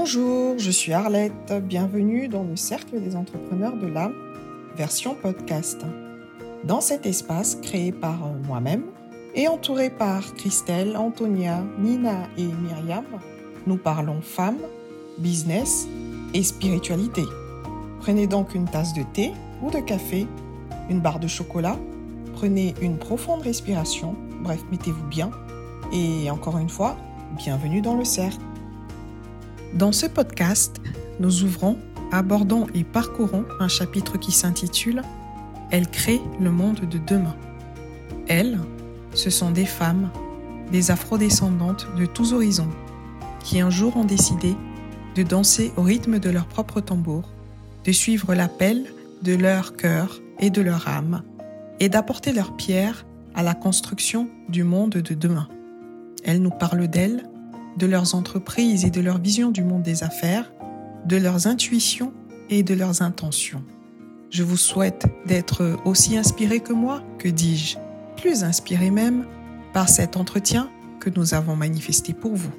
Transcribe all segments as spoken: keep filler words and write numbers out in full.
Bonjour, je suis Arlette, bienvenue dans le Cercle des entrepreneurs de l'âme, version podcast. Dans cet espace créé par moi-même et entouré par Christelle, Antonia, Nina et Myriam, nous parlons femmes, business et spiritualité. Prenez donc une tasse de thé ou de café, une barre de chocolat, prenez une profonde respiration, bref, mettez-vous bien et encore une fois, bienvenue dans le cercle. Dans ce podcast, nous ouvrons, abordons et parcourons un chapitre qui s'intitule « Elle crée le monde de demain ». Elles, ce sont des femmes, des afrodescendantes de tous horizons, qui un jour ont décidé de danser au rythme de leur propre tambour, de suivre l'appel de leur cœur et de leur âme, et d'apporter leur pierre à la construction du monde de demain. Elles nous parlent d'elles, de leurs entreprises et de leur vision du monde des affaires, de leurs intuitions et de leurs intentions. Je vous souhaite d'être aussi inspirés que moi, que dis-je, plus inspirés même, par cet entretien que nous avons manifesté pour vous.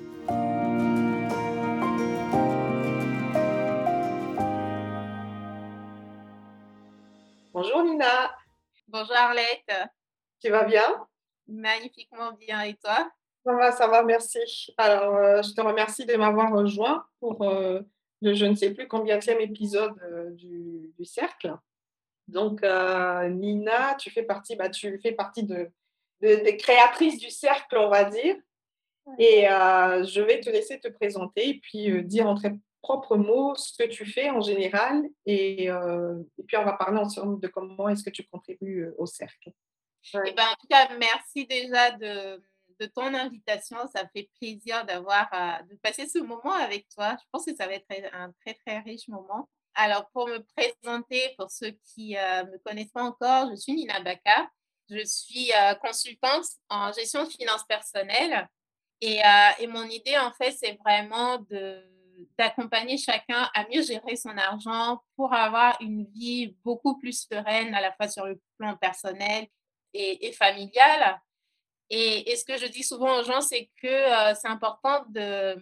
Bonjour Nina. Bonjour Arlette. Tu vas bien? Magnifiquement bien, et toi? Ça va, ça va, merci. Alors, euh, je te remercie de m'avoir rejoint pour euh, le je ne sais plus combienième épisode euh, du, du cercle. Donc, euh, Nina, tu fais partie, bah, tu fais partie de, de- des créatrices du cercle, on va dire. Et euh, je vais te laisser te présenter et puis euh, dire en tes propres mots ce que tu fais en général. Et, euh, et puis, on va parler ensemble de comment est-ce que tu contribues euh, au cercle. Ouais. Eh ben, en tout cas, merci déjà de, de ton invitation. Ça me fait plaisir d'avoir, euh, de passer ce moment avec toi. Je pense que ça va être un très, très riche moment. Alors, pour me présenter, pour ceux qui ne me connaissent pas encore, je suis Nina Baka. Je suis euh, consultante en gestion de finances personnelles. Et, euh, et mon idée, en fait, c'est vraiment de, d'accompagner chacun à mieux gérer son argent pour avoir une vie beaucoup plus sereine, à la fois sur le plan personnel et, et familial. Et, et ce que je dis souvent aux gens, c'est que euh, c'est important de,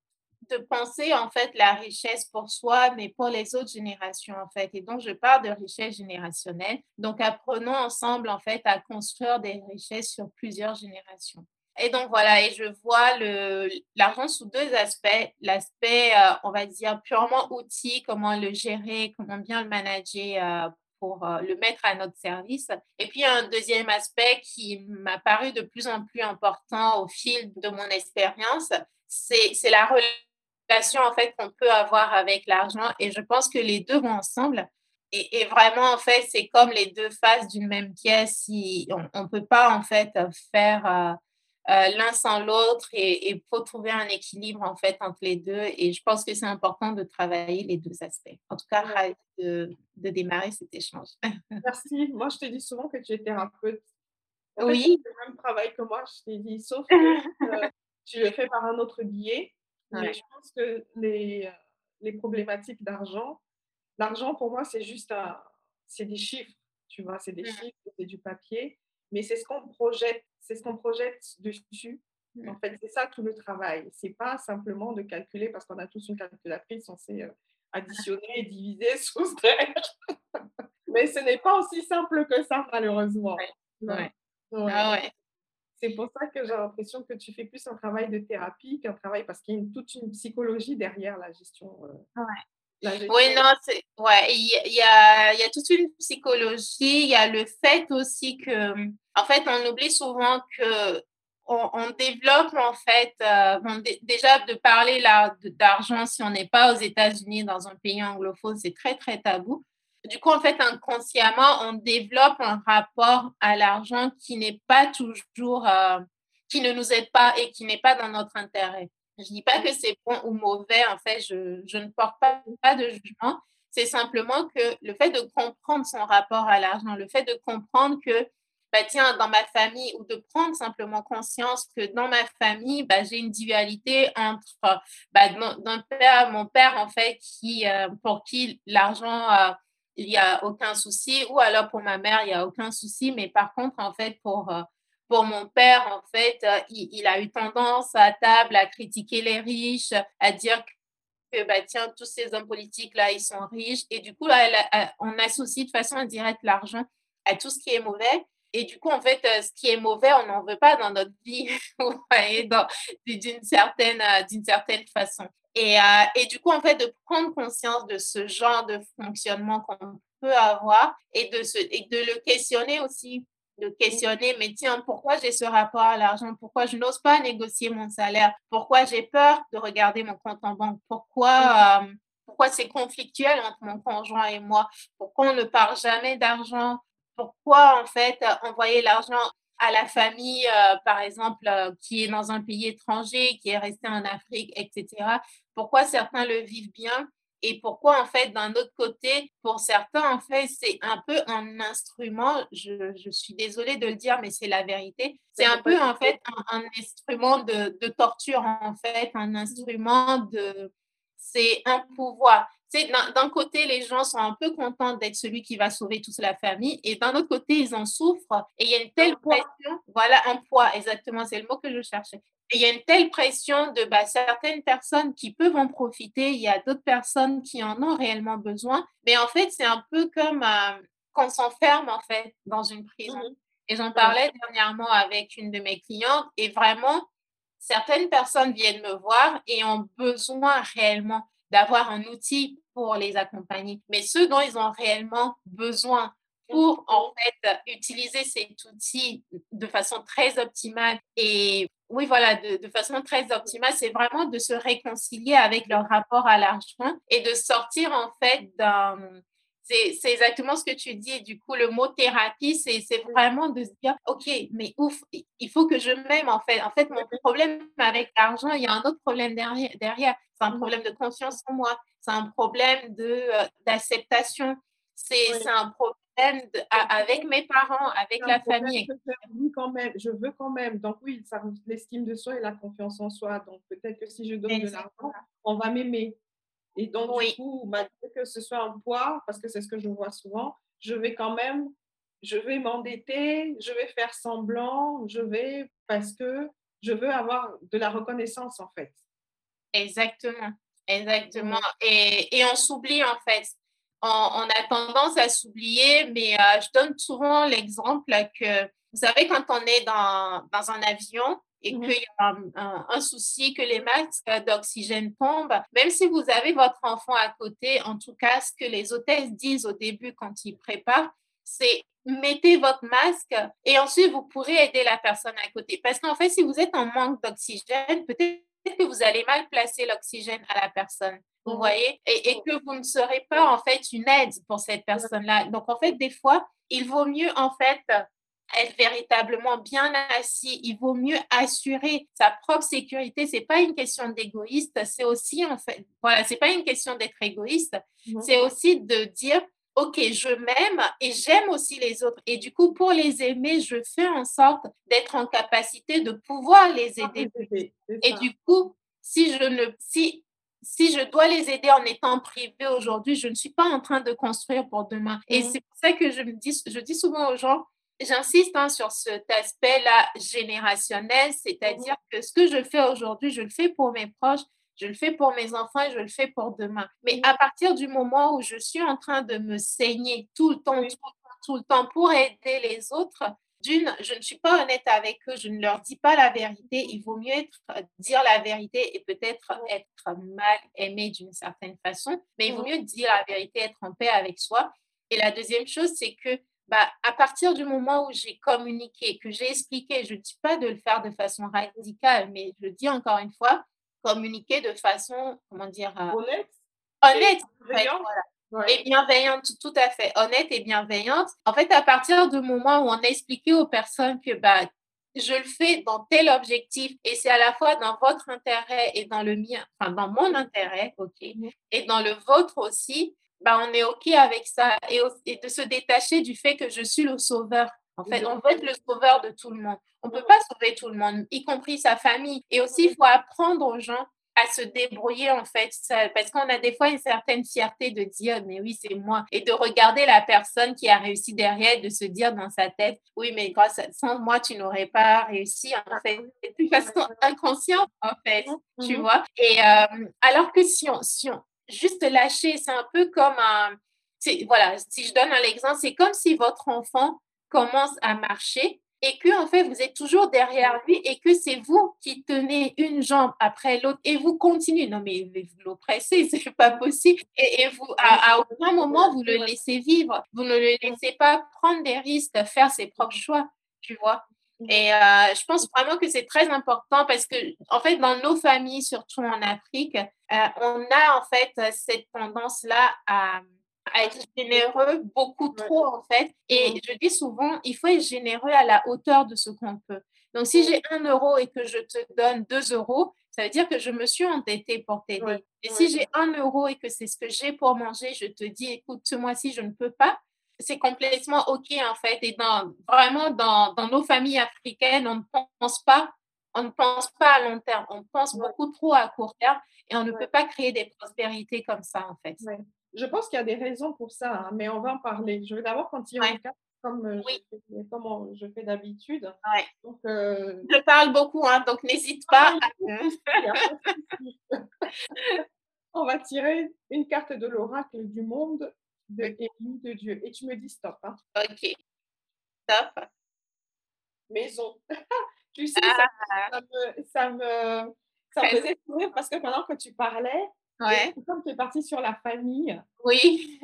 de penser, en fait, la richesse pour soi, mais pour les autres générations, en fait. Et donc, je parle de richesse générationnelle. Donc, apprenons ensemble, en fait, à construire des richesses sur plusieurs générations. Et donc, voilà, et je vois le, l'argent sous deux aspects. L'aspect, euh, on va dire, purement outil, comment le gérer, comment bien le manager euh, pour euh, le mettre à notre service. Et puis, un deuxième aspect qui m'a paru de plus en plus important au fil de mon expérience, c'est, c'est la relation, en fait, qu'on peut avoir avec l'argent. Et je pense que les deux vont ensemble. Et, et vraiment, en fait, c'est comme les deux faces d'une même pièce. Si on ne peut pas, en fait, faire... Euh, euh, l'un sans l'autre et il faut trouver un équilibre en fait entre les deux et je pense que c'est important de travailler les deux aspects. En tout cas, ravie de, de démarrer cet échange. Merci. Moi, je te dis souvent que tu es thérapeute. En fait, tu Oui. fais le même travail que moi, je t'ai dit, sauf que euh, tu le fais par un autre biais. Mais Ouais. je pense que les, euh, les problématiques d'argent, l'argent pour moi, c'est juste un, c'est des chiffres, tu vois, c'est des Mm. chiffres, c'est du papier, mais c'est ce qu'on projette, c'est ce qu'on projette dessus. Mm. En fait, c'est ça tout le travail. C'est pas simplement de calculer parce qu'on a tous une calculatrice, on sait euh, additionner, diviser, soustraire. Mais ce n'est pas aussi simple que ça, malheureusement. Ouais. Non. Ouais. Ouais. Ah ouais. C'est pour ça que j'ai l'impression que tu fais plus un travail de thérapie qu'un travail, parce qu'il y a une, toute une psychologie derrière la gestion. Euh, Ouais. la gestion. Oui, non, c'est, ouais, il y, y a, il y a toute une psychologie, il y a le fait aussi que, en fait, on oublie souvent que on, on développe, en fait, euh, bon, d- déjà de parler là de- d'argent, si on n'est pas aux États-Unis, dans un pays anglophone, c'est très, très tabou. Du coup, en fait, inconsciemment, on développe un rapport à l'argent qui n'est pas toujours, euh, qui ne nous aide pas et qui n'est pas dans notre intérêt. Je ne dis pas que c'est bon ou mauvais, en fait, je, je ne porte pas, pas de jugement. C'est simplement que le fait de comprendre son rapport à l'argent, le fait de comprendre que, bah, tiens, dans ma famille, ou de prendre simplement conscience que dans ma famille, bah, j'ai une dualité entre bah, d'un père, mon père, en fait, qui, euh, pour qui l'argent, euh, il n'y a aucun souci, ou alors pour ma mère, il n'y a aucun souci, mais par contre, en fait, pour... Euh, pour mon père, en fait, euh, il, il a eu tendance à table à critiquer les riches, à dire que, bah, tiens, tous ces hommes politiques-là, ils sont riches. Et du coup, là, elle a- on associe de façon indirecte l'argent à tout ce qui est mauvais. Et du coup, en fait, euh, ce qui est mauvais, on n'en veut pas dans notre vie, vous voyez, dans- d'une certaine, euh, d'une certaine façon. Et, euh, et du coup, en fait, de prendre conscience de ce genre de fonctionnement qu'on peut avoir et de, se, et de le questionner aussi, de questionner, mais tiens, pourquoi j'ai ce rapport à l'argent? Pourquoi je n'ose pas négocier mon salaire? Pourquoi j'ai peur de regarder mon compte en banque? Pourquoi, euh, pourquoi c'est conflictuel entre mon conjoint et moi? Pourquoi on ne parle jamais d'argent? Pourquoi, en fait, envoyer l'argent à la famille, euh, par exemple, euh, qui est dans un pays étranger, qui est resté en Afrique, et cetera. Pourquoi certains le vivent bien et pourquoi, en fait, d'un autre côté, pour certains, en fait, c'est un peu un instrument, je, je suis désolée de le dire, mais c'est la vérité, c'est un peu, en fait, un, un instrument de, de torture, en fait, un instrument de... C'est un pouvoir. C'est d'un, d'un côté, les gens sont un peu contents d'être celui qui va sauver toute la famille, et d'un autre côté, ils en souffrent. Et il y a une telle pression, voilà, un poids, exactement, c'est le mot que je cherchais. Et il y a une telle pression de bah, certaines personnes qui peuvent en profiter, il y a d'autres personnes qui en ont réellement besoin. Mais en fait, c'est un peu comme euh, qu'on s'enferme en fait dans une prison. Mm-hmm. Et j'en parlais dernièrement avec une de mes clientes, et vraiment, certaines personnes viennent me voir et ont besoin réellement d'avoir un outil pour les accompagner. Mais ceux dont ils ont réellement besoin pour en fait utiliser cet outil de façon très optimale et oui, voilà, de, de façon très optimale, c'est vraiment de se réconcilier avec leur rapport à l'argent et de sortir en fait d'un... C'est, c'est exactement ce que tu dis. Du coup, le mot thérapie, c'est, c'est vraiment de se dire, OK, mais ouf, il faut que je m'aime en fait. En fait, mon problème avec l'argent, il y a un autre problème derrière. derrière. C'est un problème de confiance en moi. C'est un problème de, euh, d'acceptation. C'est, oui. c'est un problème de, à, avec mes parents, avec la famille. Oui, quand même. Je veux quand même. Donc oui, ça l'estime de soi et la confiance en soi. Donc peut-être que si je donne Exactement. de l'argent, on va m'aimer. Et donc, oui. du coup, malgré que ce soit un poids, parce que c'est ce que je vois souvent, je vais quand même, je vais m'endetter, je vais faire semblant, je vais, parce que je veux avoir de la reconnaissance, en fait. Exactement, exactement. Mmh. Et, et on s'oublie, en fait. On, on a tendance à s'oublier, mais euh, je donne souvent l'exemple que, vous savez, quand on est dans, dans un avion, et mmh. qu'il y a un, un, un souci, que les masques d'oxygène tombent, même si vous avez votre enfant à côté, en tout cas, ce que les hôtesses disent au début quand ils préparent, c'est mettez votre masque et ensuite vous pourrez aider la personne à côté. Parce qu'en fait, si vous êtes en manque d'oxygène, peut-être que vous allez mal placer l'oxygène à la personne. Vous mmh. voyez, et, et que vous ne serez pas en fait une aide pour cette personne-là. Donc, en fait, des fois, il vaut mieux en fait être véritablement bien assis, il vaut mieux assurer sa propre sécurité. C'est pas une question d'égoïste, c'est aussi en fait, voilà, c'est pas une question d'être égoïste, mmh. c'est aussi de dire, OK, je m'aime et j'aime aussi les autres. Et du coup, pour les aimer, je fais en sorte d'être en capacité de pouvoir les aider. Et du coup, si je ne, si si je dois les aider en étant privée aujourd'hui, je ne suis pas en train de construire pour demain. Mmh. Et c'est pour ça que je me dis, je dis souvent aux gens, j'insiste hein, sur cet aspect-là générationnel, c'est-à-dire mmh. que ce que je fais aujourd'hui, je le fais pour mes proches, je le fais pour mes enfants et je le fais pour demain. Mais mmh. à partir du moment où je suis en train de me saigner tout le temps, oui. tout, le temps tout le temps pour aider les autres, d'une, je ne suis pas honnête avec eux, je ne leur dis pas la vérité. Il vaut mieux être, dire la vérité et peut-être mmh. être mal aimé d'une certaine façon, mais il vaut mieux dire la vérité, être en paix avec soi. Et la deuxième chose, c'est que bah, à partir du moment où j'ai communiqué, que j'ai expliqué, je ne dis pas de le faire de façon radicale, mais je dis encore une fois, communiquer de façon, comment dire, euh, honnête, honnête en fait, voilà. Ouais. Et bienveillante, tout, tout à fait, honnête et bienveillante. En fait, à partir du moment où on a expliqué aux personnes que bah, je le fais dans tel objectif et c'est à la fois dans votre intérêt et dans le mien, enfin dans mon intérêt, ok, mmh. et dans le vôtre aussi, bah, on est ok avec ça et, et de se détacher du fait que je suis le sauveur. En fait, on veut être le sauveur de tout le monde. On ne peut pas sauver tout le monde, y compris sa famille. Et aussi, il faut apprendre aux gens à se débrouiller en fait seul. Parce qu'on a des fois une certaine fierté de dire mais oui, c'est moi. Et de regarder la personne qui a réussi derrière et de se dire dans sa tête oui, mais grâce à, sans moi, tu n'aurais pas réussi en fait. De façon inconsciente en fait, tu Mhm. vois. Et euh, alors que si on, si on juste lâcher, c'est un peu comme un. C'est, voilà, si je donne un exemple, c'est comme si votre enfant commence à marcher et que en fait vous êtes toujours derrière lui et que c'est vous qui tenez une jambe après l'autre et vous continuez. Non mais vous l'oppressez, c'est pas possible. Et, et vous, à, à aucun moment vous le laissez vivre, vous ne le laissez pas prendre des risques, faire ses propres choix, tu vois. Et euh, je pense vraiment que c'est très important parce que, en fait, dans nos familles, surtout en Afrique, euh, on a en fait cette tendance-là à, à être généreux beaucoup trop, en fait. Et je dis souvent, il faut être généreux à la hauteur de ce qu'on peut. Donc, si j'ai un euro et que je te donne deux euros, ça veut dire que je me suis endettée pour t'aider. Et si j'ai un euro et que c'est ce que j'ai pour manger, je te dis, écoute, ce mois-ci, je ne peux pas, c'est complètement OK, en fait. Et dans, vraiment, dans, dans nos familles africaines, on ne pense pas, on ne pense pas à long terme. On pense Ouais. beaucoup trop à court terme et on ne Ouais. peut pas créer des prospérités comme ça, en fait. Ouais. Je pense qu'il y a des raisons pour ça, hein, mais on va en parler. Je vais d'abord en tirer Ouais. une carte comme, euh, Oui. je, fais, comme on- je fais d'habitude. Ouais. Donc, euh, Je parle beaucoup, hein, donc n'hésite ah, pas à... il y a pas de souci, il y a pas de souci. On va tirer une carte de l'oracle du monde de Élie de Dieu. Et tu me dis stop. Hein. OK, top. Maison. Tu sais, ça, Ah, ça me, ça me, ça me très- faisait sourire parce que pendant que tu parlais, et ouais. comme tu es partie sur la famille, Oui.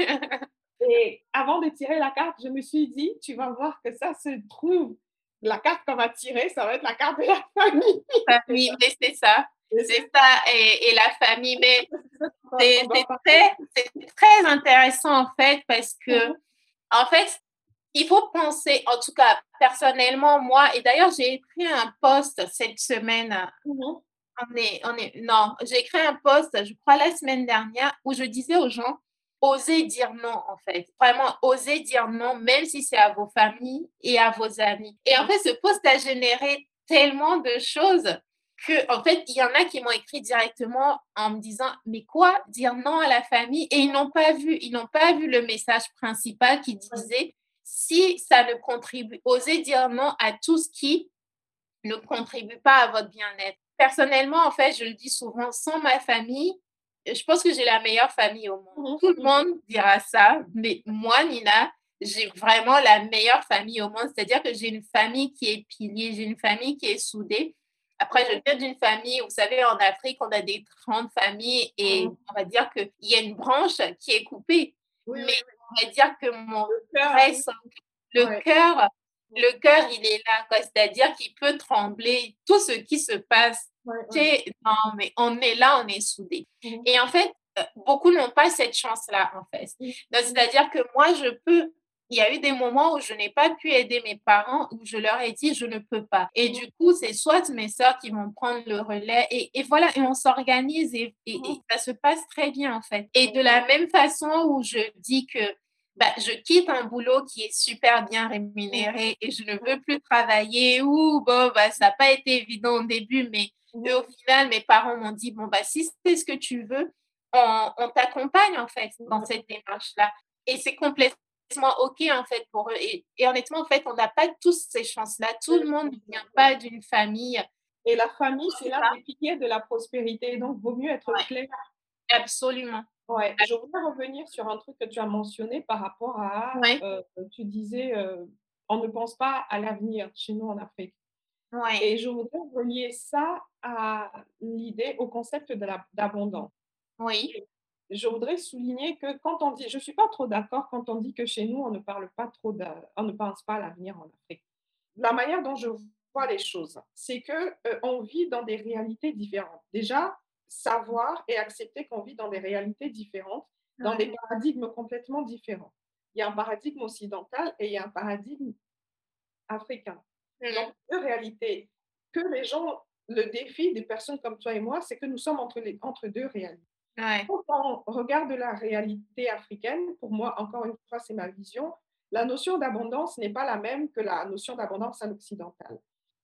et avant de tirer la carte, je me suis dit, tu vas voir que ça se trouve, la carte qu'on va tirer, ça va être la carte de la famille. Famille, mais c'est ça. C'est ça. Et, et la famille, mais c'est c'est très, c'est très intéressant en fait parce que, en fait, il faut penser, en tout cas, personnellement, moi, et d'ailleurs, j'ai écrit un post cette semaine. Mhm. On est, on est, non, j'ai écrit un post, je crois, la semaine dernière, où je disais aux gens, osez dire non, en fait. Vraiment, osez dire non, même si c'est à vos familles et à vos amis. Et en fait, ce post a généré tellement de choses que, en fait, il y en a qui m'ont écrit directement en me disant, mais quoi, dire non à la famille? Et ils n'ont pas vu, ils n'ont pas vu le message principal qui disait, si ça ne contribue, osez dire non à tout ce qui ne contribue pas à votre bien-être. Personnellement, en fait, je le dis souvent, sans ma famille, je pense que j'ai la meilleure famille au monde. Mhm. Tout le monde dira ça, mais moi, Nina, j'ai vraiment la meilleure famille au monde. C'est-à-dire que j'ai une famille qui est pilier, j'ai une famille qui est soudée. Après, je viens d'une famille, vous savez, en Afrique, on a des grandes familles et Mhm. on va dire qu'il y a une branche qui est coupée. Oui, Mais oui, oui. on va dire que mon Le cœur, vrai oui. le Ouais. cœur, le cœur, il est là, quoi. C'est-à-dire qu'il peut trembler, tout ce qui se passe. Ouais, Tu ouais. sais, non, mais on est là, on est soudés. Mhm. Et en fait, euh, beaucoup n'ont pas cette chance-là, en fait. Mhm. Donc, c'est-à-dire que moi, je peux, il y a eu des moments où je n'ai pas pu aider mes parents, où je leur ai dit, je ne peux pas. Et du coup, c'est soit mes sœurs qui vont prendre le relais, et, et voilà, et on s'organise, et, et, et ça se passe très bien, en fait. Et de la même façon où je dis que bah, je quitte un boulot qui est super bien rémunéré et je ne veux plus travailler ou bon, bah, ça n'a pas été évident au début, mais eux, au final, mes parents m'ont dit, bon, bah, si c'est ce que tu veux, on, on t'accompagne en fait dans cette démarche-là. Et c'est complètement OK en fait pour eux. Et, et honnêtement, en fait, on n'a pas tous ces chances-là. Tout le monde ne vient pas d'une famille. Et la famille, c'est l'un des piliers de la prospérité, donc vaut mieux être Ouais, clair. absolument. Ouais, je voudrais revenir sur un truc que tu as mentionné par rapport à, Ouais, euh, tu disais, euh, on ne pense pas à l'avenir chez nous en Afrique. ouais, Et je voudrais relier ça à l'idée, au concept de la- d'abondance. oui, Je voudrais souligner que quand on dit, je ne suis pas trop d'accord quand on dit que chez nous, on ne parle pas trop, d'a- on ne pense pas à l'avenir en Afrique. La manière dont je vois les choses, c'est que euh, on vit dans des réalités différentes. Déjà, savoir et accepter qu'on vit dans des réalités différentes, dans des ouais, paradigmes complètement différents. Il y a un paradigme occidental et il y a un paradigme africain. mm, Donc, deux réalités. Que les gens, le défi des personnes comme toi et moi, c'est que nous sommes entre, les, entre deux réalités. ouais, Quand on regarde la réalité africaine, pour moi, encore une fois, c'est ma vision, la notion d'abondance n'est pas la même que la notion d'abondance à l'occidental.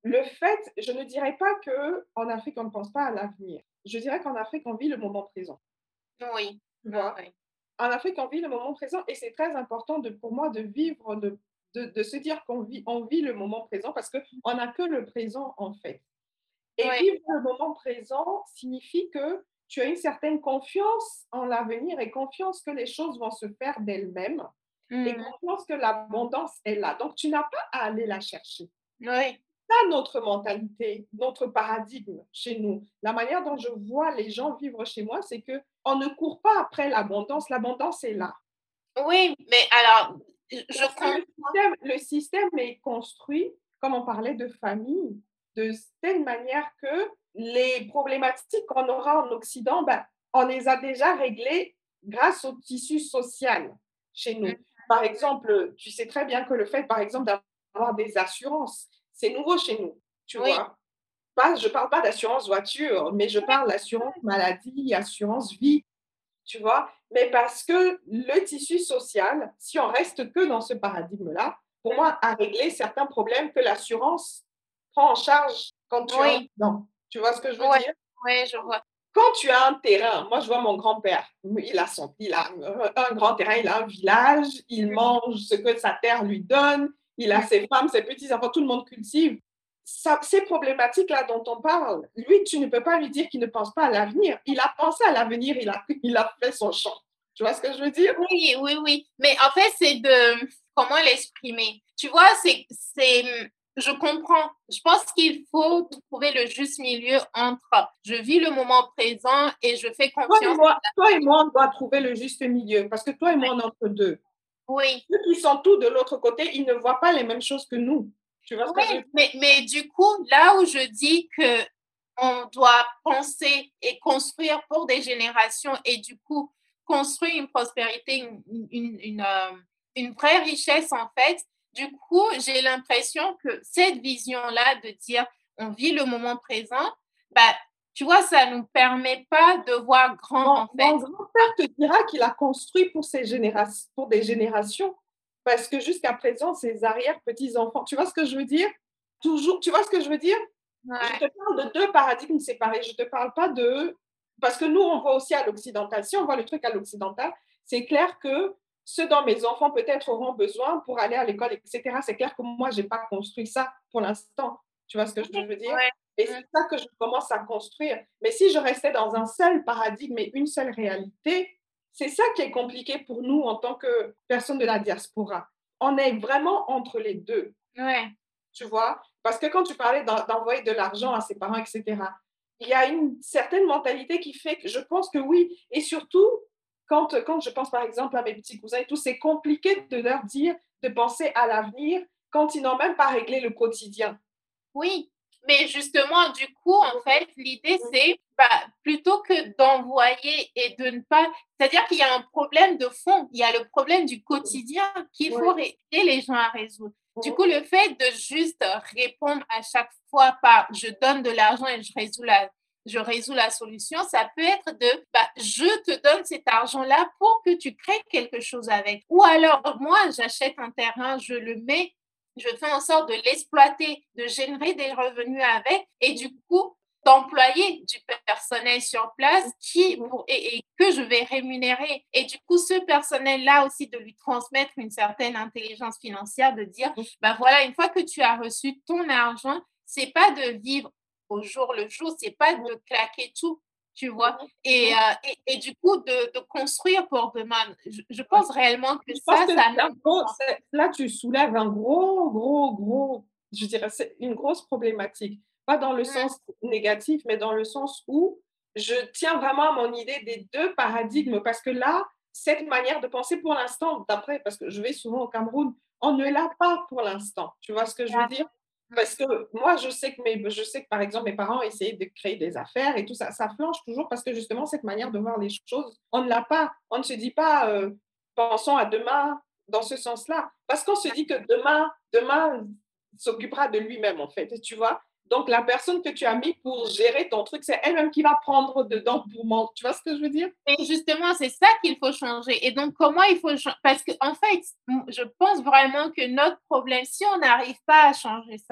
le fait, je ne dirais pas qu'en Afrique, on ne pense pas à l'avenir. Je dirais qu'en Afrique, on vit le moment présent, Oui, tu oui, vois? oui. En Afrique, on vit le moment présent et c'est très important de pour moi de vivre, de de de se dire qu'on vit on vit le moment présent parce qu'on n'a que le présent, en fait. Et Oui. vivre le moment présent signifie que tu as une certaine confiance en l'avenir et confiance que les choses vont se faire d'elles-mêmes et Mmh. confiance que l'abondance est là. Donc tu n'as pas à aller la chercher. Oui, Ça, notre mentalité, notre paradigme chez nous, la manière dont je vois les gens vivre chez moi, c'est qu'on ne court pas après l'abondance, l'abondance est là. oui, mais alors, je Parce que comprends. le système, le système est construit, comme on parlait de famille, de telle manière que les problématiques qu'on aura en Occident, ben, on les a déjà réglées grâce au tissu social chez Mmh. nous. Par exemple, tu sais très bien que le fait, par exemple, d'avoir des assurances, c'est nouveau chez nous, tu Oui, vois. Pas, je ne parle pas d'assurance voiture, mais je parle d'assurance maladie, assurance vie, tu vois? Mais parce que le tissu social, si on reste que dans ce paradigme-là, pour moi, a réglé certains problèmes que l'assurance prend en charge quand tu es un oui, accident. Tu vois ce que je veux ouais, dire? ouais, je vois. Quand tu as un terrain, moi je vois mon grand-père, il a son il a, heu, un grand terrain, il a un village, il mange ce que sa terre lui donne, il a Mmh. ses femmes, ses petits-enfants, tout le monde cultive. Ça ces problématiques-là dont on parle, lui, tu ne peux pas lui dire qu'il ne pense pas à l'avenir. Il a pensé à l'avenir, il a il a fait son champ. Tu vois ce que je veux dire? Oui, oui, oui. Mais en fait, c'est de comment l'exprimer. Tu vois, c'est, c'est, je comprends. Je pense qu'il faut trouver le juste milieu entre je vis le moment présent et je fais Toi et confiance. moi toi et moi, on doit trouver le juste milieu parce que toi et moi, on est entre deux. Oui, Ceux qui sont tout de l'autre côté, ils ne voient pas les mêmes choses que nous. Tu vois ce que je veux oui. dire? Mais, mais du coup, là où je dis que on doit penser et construire pour des générations et du coup construire une prospérité, une, une, une, euh, une vraie richesse en fait. Du coup, j'ai l'impression que cette vision-là de dire on vit le moment présent, bah, tu vois, ça ne nous permet pas de voir grand Mon en mon fait. grand-père te dira qu'il a construit pour ses générations, pour des générations, parce que jusqu'à présent, ses arrière-petits-enfants, tu vois ce que je veux dire? Toujours, tu vois ce que je veux dire? Je Ouais, te parle de deux paradigmes séparés. Je te parle pas de parce que nous, on voit aussi à l'occidental. Si on voit le truc à l'occidental, c'est clair que ce dont mes enfants peut-être auront besoin pour aller à l'école, et cetera, c'est clair que moi, j'ai pas construit ça pour l'instant. Tu vois ce que je veux dire? ouais. Et Mm. c'est ça que je commence à construire. Mais si je restais dans un seul paradigme et une seule réalité, c'est ça qui est compliqué pour nous en tant que personnes de la diaspora. On est vraiment entre les deux, Ouais. tu vois? Parce que quand tu parlais d'en- d'envoyer de l'argent à ses parents, et cetera, il y a une certaine mentalité qui fait que je pense que oui. Et surtout, quand, quand je pense par exemple à mes petits cousins et tout, c'est compliqué de leur dire de penser à l'avenir quand ils n'ont même pas réglé le quotidien. Oui, mais justement, du coup, en fait, l'idée, c'est bah, plutôt que d'envoyer et de ne pas. C'est-à-dire qu'il y a un problème de fond, il y a le problème du quotidien qu'il Oui, faut aider les gens à résoudre. Du oui, coup, le fait de juste répondre à chaque fois par je donne de l'argent et je résous la, je résous la solution, ça peut être de bah, je te donne cet argent-là pour que tu crées quelque chose avec. Ou alors, moi, j'achète un terrain, je le mets je fais en sorte de l'exploiter, de générer des revenus avec et du coup d'employer du personnel sur place qui oui. pour, et, et que je vais rémunérer. Et du coup, ce personnel-là aussi, de lui transmettre une certaine intelligence financière, de dire, ben voilà, une fois que tu as reçu ton argent, c'est pas de vivre au jour le jour, c'est pas de claquer tout, tu vois. Et, euh, et, et, du coup, de, de construire pour demain. Je, je pense réellement que Je pense ça, que ça là, manque. gros, c'est- là, tu soulèves un gros, gros, gros, je dirais, c'est une grosse problématique. Pas dans le Mm, sens négatif, mais dans le sens où je tiens vraiment à mon idée des deux paradigmes, parce que là, cette manière de penser pour l'instant, d'après, parce que je vais souvent au Cameroun, on ne l'a pas pour l'instant. Tu vois ce que je veux dire? mm. Parce que moi, je sais que, mes, je sais que, par exemple, mes parents essayaient de créer des affaires et tout ça. Ça flanche toujours parce que, justement, cette manière de voir les choses, on ne l'a pas. On ne se dit pas, euh, pensons à demain dans ce sens-là. Parce qu'on se dit que demain, demain s'occupera de lui-même, en fait, tu vois. Donc, la personne que tu as mis pour gérer ton truc, c'est elle-même qui va prendre dedans pour manger. Tu vois ce que je veux dire? Et justement, c'est ça qu'il faut changer. Et donc, comment il faut changer? Parce que, en fait, je pense vraiment que notre problème, si on n'arrive pas à changer ça,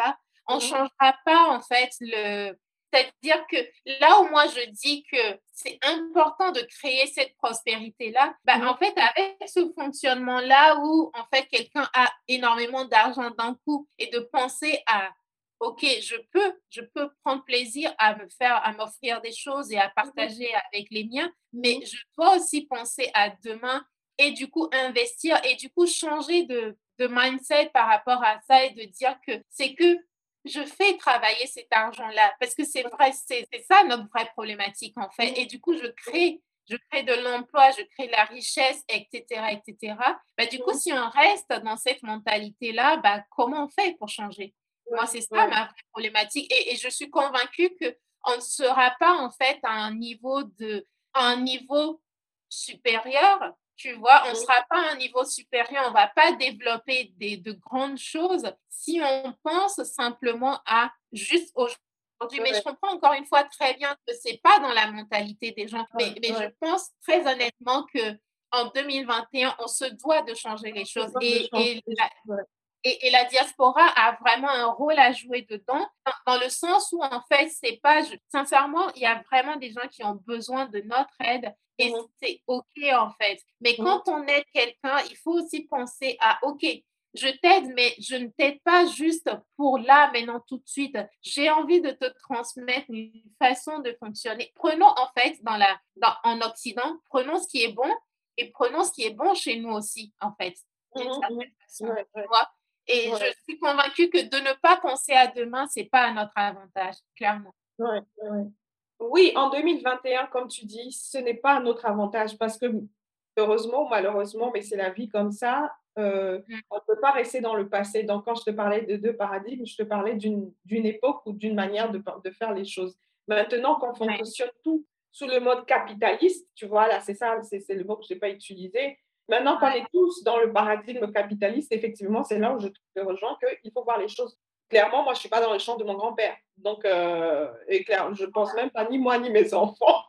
on ne Mhm. changera pas, en fait, le... C'est-à-dire que là où moi je dis que c'est important de créer cette prospérité-là, bah, Mhm. en fait, avec ce fonctionnement-là où, en fait, quelqu'un a énormément d'argent d'un coup et de penser à, OK, je peux, je peux prendre plaisir à me faire, à m'offrir des choses et à partager avec les miens, mais Mhm. je dois aussi penser à demain et du coup investir et du coup changer de, de mindset par rapport à ça et de dire que c'est que je fais travailler cet argent-là parce que c'est vrai, c'est c'est ça notre vraie problématique en fait. Et du coup, je crée, je crée de l'emploi, je crée de la richesse, et cetera, et cetera. Bah, du coup, Mhm. si on reste dans cette mentalité-là, bah, comment on fait pour changer? Moi, Ouais, c'est ça ouais. ma vraie problématique. Et, et je suis convaincue qu'on ne sera pas en fait à un niveau de, à un niveau supérieur. Tu vois, on ne Mhm. sera pas à un niveau supérieur, on ne va pas développer des, de grandes choses si on pense simplement à juste aujourd'hui. Mais je Ouais, comprends encore une fois très bien que ce n'est pas dans la mentalité des gens. ouais, Mais, mais je ouais. pense très honnêtement qu'en deux mille vingt et un, on se doit de changer les Je choses. vois de Et, changer et les la, choses, ouais. et, et la diaspora a vraiment un rôle à jouer dedans, dans, dans le sens où, en fait, c'est pas, je- sincèrement, il y a vraiment des gens qui ont besoin de notre aide et Mhm. c'est OK, en fait. Mais Mhm. quand on aide quelqu'un, il faut aussi penser à, OK, je t'aide, mais je ne t'aide pas juste pour là, maintenant, tout de suite. J'ai envie de te transmettre une façon de fonctionner. Prenons, en fait, dans la, dans, en Occident, prenons ce qui est bon et prenons ce qui est bon chez nous aussi, en fait, d'une Mhm. Mhm. certaine façon. Ouais, Tu ouais, vois? Et je ouais, suis convaincue que de ne pas penser à demain, c'est pas à notre avantage, clairement. ouais, ouais. Oui, en deux mille vingt et un, comme tu dis, ce n'est pas à notre avantage parce que heureusement ou malheureusement, mais c'est la vie comme ça, euh, Mmh. on ne peut pas rester dans le passé. Donc, quand je te parlais de deux paradigmes, je te parlais d'une d'une époque ou d'une manière de, de faire les choses. Maintenant qu'on Ouais, fonctionne tout sous le mode capitaliste, tu vois, là, c'est ça, c'est c'est le mot que je n'ai pas utilisé. Maintenant qu'on ouais. est tous dans le paradigme capitaliste, effectivement, c'est là où je te rejoins qu'il faut voir les choses clairement. Moi, je ne suis pas dans le champ de mon grand-père. Donc, euh, et clair, je ne pense même pas ni moi ni mes enfants.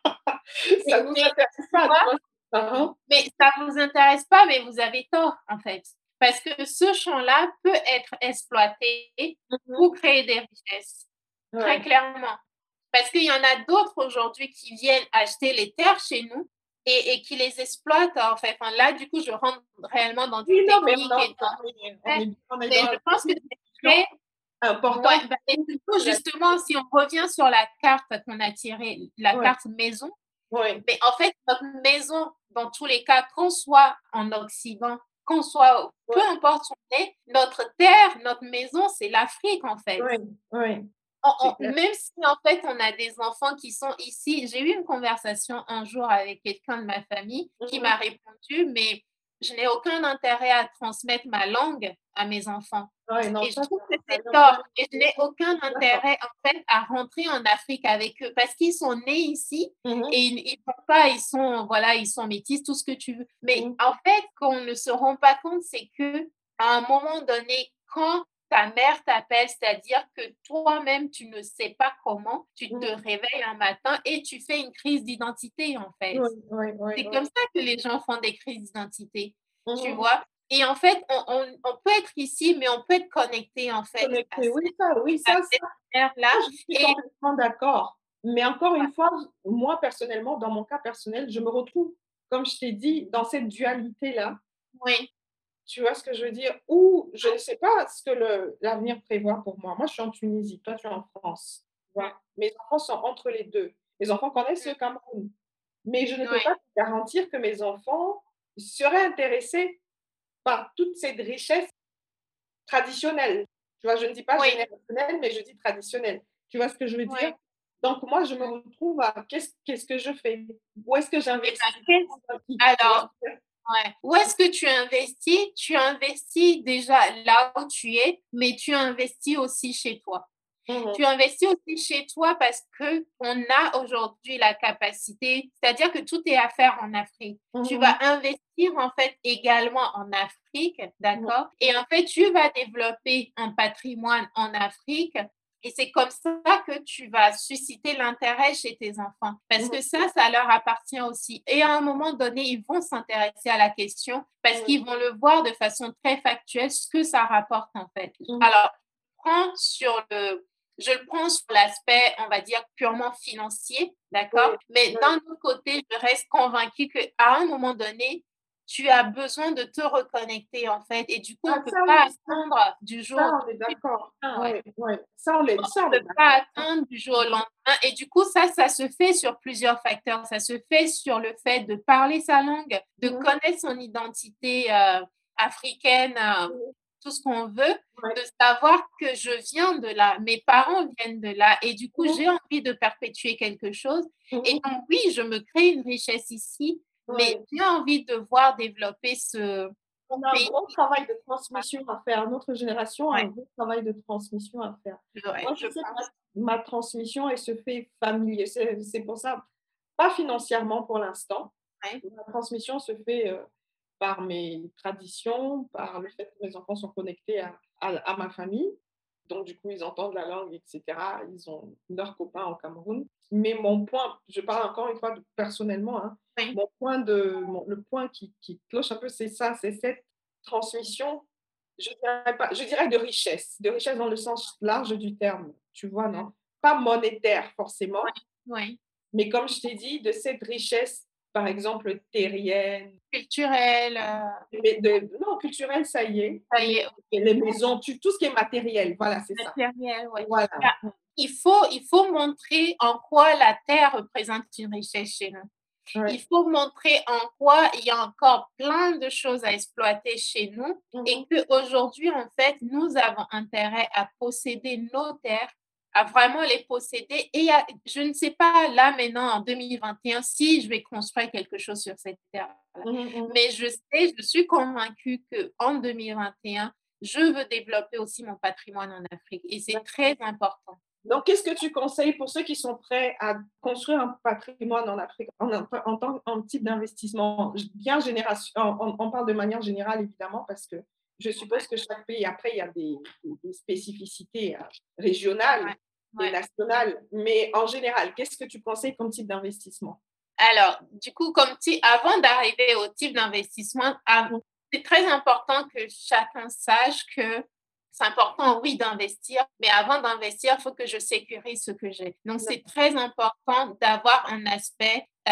Ça Mais, ne nous mais intéresse tu pas. Tu vois, vois. Uh-huh. mais ça ne vous intéresse pas, mais vous avez tort, en fait. Parce que ce champ-là peut être exploité Mhm. pour créer des richesses, très Ouais. clairement. Parce qu'il y en a d'autres aujourd'hui qui viennent acheter les terres chez nous et, et qui les exploitent, en fait. Enfin, là, du coup, je rentre réellement dans du Oui, non, mais on, technique et en- dans... on est, on est, on est Mais dans je pense que une c'est discussion très... Ouais, importante. bah, et du coup, justement, si on revient sur la carte qu'on a tirée, la Ouais, carte maison, ouais, mais en fait, notre maison, dans tous les cas, qu'on soit en Occident, qu'on soit, peu ouais, importe où on est, notre terre, notre maison, c'est l'Afrique, en fait. ouais, ouais, On- c'est on- clair. même si, en fait, on a des enfants qui sont ici, j'ai eu une conversation un jour avec quelqu'un de ma famille qui Mhm. m'a répondu, mais je n'ai aucun intérêt à transmettre ma langue à mes enfants. Ouais, non, Et je ça, trouve ça, que ça c'est vient pas tort. Et je de- n'ai aucun Je suis d'accord. intérêt, en fait, à rentrer en Afrique avec eux parce qu'ils sont nés ici Mhm. et ils, ils font pas, ils sont, voilà, ils sont métis, tout ce que tu veux. Mais Mhm. en fait, qu'on ne se rend pas compte, c'est que à un moment donné, quand ta mère t'appelle, c'est-à-dire que toi-même, tu ne sais pas comment, tu te Mhm. réveilles un matin et tu fais une crise d'identité, en fait. Ouais, ouais, ouais, C'est ouais. comme ça que les gens font des crises d'identité, tu Mhm. vois? Et en fait, on, on, on peut être ici, mais on peut être connecté, en fait, à Connecté, oui, cette, ça, oui, à ça, cette ça, mère-là. ça, je suis Et complètement d'accord. Mais encore une fois, moi, personnellement, dans mon cas personnel, je me retrouve, comme je t'ai dit, dans cette dualité-là. oui, Tu vois ce que je veux dire? Ou je ne sais pas ce que le l'avenir prévoit pour moi. Moi, je suis en Tunisie, toi, tu es en France. Tu mm, vois? Mes enfants sont entre les deux. Mes enfants connaissent le Cameroun. Mais je ne mm, peux ouais, pas te garantir que mes enfants seraient intéressés par toute cette richesse traditionnelle. Tu vois, je ne dis pas oui, générationnelle, mais je dis traditionnelle. Tu vois ce que je veux dire? oui. Donc, moi, je me Mm. retrouve à qu'est-ce qu'est-ce que je fais? Où est-ce que Eh ben, j'investis? qu'est-ce- Tu vois ce alors, que je veux dire? ouais. Où est-ce que tu investis? Tu investis déjà là où tu es, mais tu investis aussi chez toi. Mhm, Tu investis aussi chez toi parce que on a aujourd'hui la capacité, c'est-à-dire que tout est à faire en Afrique. Tu vas mhm, investir en fait également en Afrique, mhm, d'accord? Et en fait, tu vas développer un patrimoine en Afrique. Et c'est comme ça que tu vas susciter l'intérêt chez tes enfants. Parce mhm, que ça, ça leur appartient aussi. Et à un moment donné, ils vont s'intéresser à la question parce mhm, qu'ils vont le voir de façon très factuelle, ce que ça rapporte en fait. mhm. Alors, prends sur le, je le prends sur l'aspect, on va dire, purement financier, d'accord? Oui, Mais oui. d'un autre côté, je reste convaincue qu'à un moment donné, tu as besoin de te reconnecter, en fait. Et du coup, on Ah, ne peut ça, pas oui, ça, attendre du jour au ça, on est d'accord. lendemain, ouais. Oui, oui. Ça, on est, ça, On on est ne peut pas d'accord. attendre du jour au lendemain. Et du coup, ça, ça se fait sur plusieurs facteurs. Ça se fait sur le fait de parler sa langue, de Mhm. connaître son identité euh, africaine, euh, Mhm. tout ce qu'on veut, Ouais. de savoir que je viens de là, mes parents viennent de là. Et du coup, Mhm. j'ai envie de perpétuer quelque chose. Et Mhm. donc, oui, je me crée une richesse ici, mais Ouais. j'ai envie de voir développer ce On a un pays. gros travail de transmission à faire. Notre génération a un Ouais, gros travail de transmission à faire. ouais, Moi, je je sais que pense. ma, ma transmission, elle se fait familier. C'est c'est pour ça, pas financièrement pour l'instant. Ouais, Ma transmission se fait euh, par mes traditions, par le fait que mes enfants sont connectés à, à, à ma famille. Donc, du coup, ils entendent la langue, et cetera. Ils ont leurs copains au Cameroun. Mais mon point, je parle encore une fois de- personnellement, hein, ouais, mon point de, mon- le point qui, qui cloche un peu, c'est ça, c'est cette transmission, je dirais, pas, je dirais de richesse, de richesse dans le sens large du terme, tu vois, non? Pas monétaire ouais, forcément, ouais. mais comme je t'ai dit, de cette richesse, par exemple, terrienne, Culturel, euh, mais de, non, culturelle, ça y est, ça y mais est, les maisons, tu- tout ce qui est matériel, voilà, c'est ça. matériel, ouais. Voilà. Bah, il faut, il faut montrer en quoi la terre représente une richesse chez nous. Il Ouais. faut montrer en quoi il y a encore plein de choses à exploiter chez nous et Mhm. qu'aujourd'hui, en fait, nous avons intérêt à posséder nos terres, à vraiment les posséder. Et à- je ne sais pas là maintenant, en deux mille vingt et un, si je vais construire quelque chose sur cette terre-là. Mhm, mhm. Mais je sais, je suis convaincue qu'en deux mille vingt et un, je veux développer aussi mon patrimoine en Afrique et c'est très important. Donc, qu'est-ce que tu conseilles pour ceux qui sont prêts à construire un patrimoine en Afrique en, en, en tant en type d'investissement bien génération, on, on parle de manière générale évidemment parce que je suppose que chaque pays après il y a des, des spécificités euh, régionales Ouais, et ouais. nationales, mais en général, qu'est-ce que tu conseilles comme type d'investissement? Alors, du coup, comme tu, avant d'arriver au type d'investissement, à- Mhm, c'est très important que chacun sache que c'est important, oui, d'investir, mais avant d'investir, il faut que je sécurise ce que j'ai. Donc, c'est très important d'avoir un aspect euh,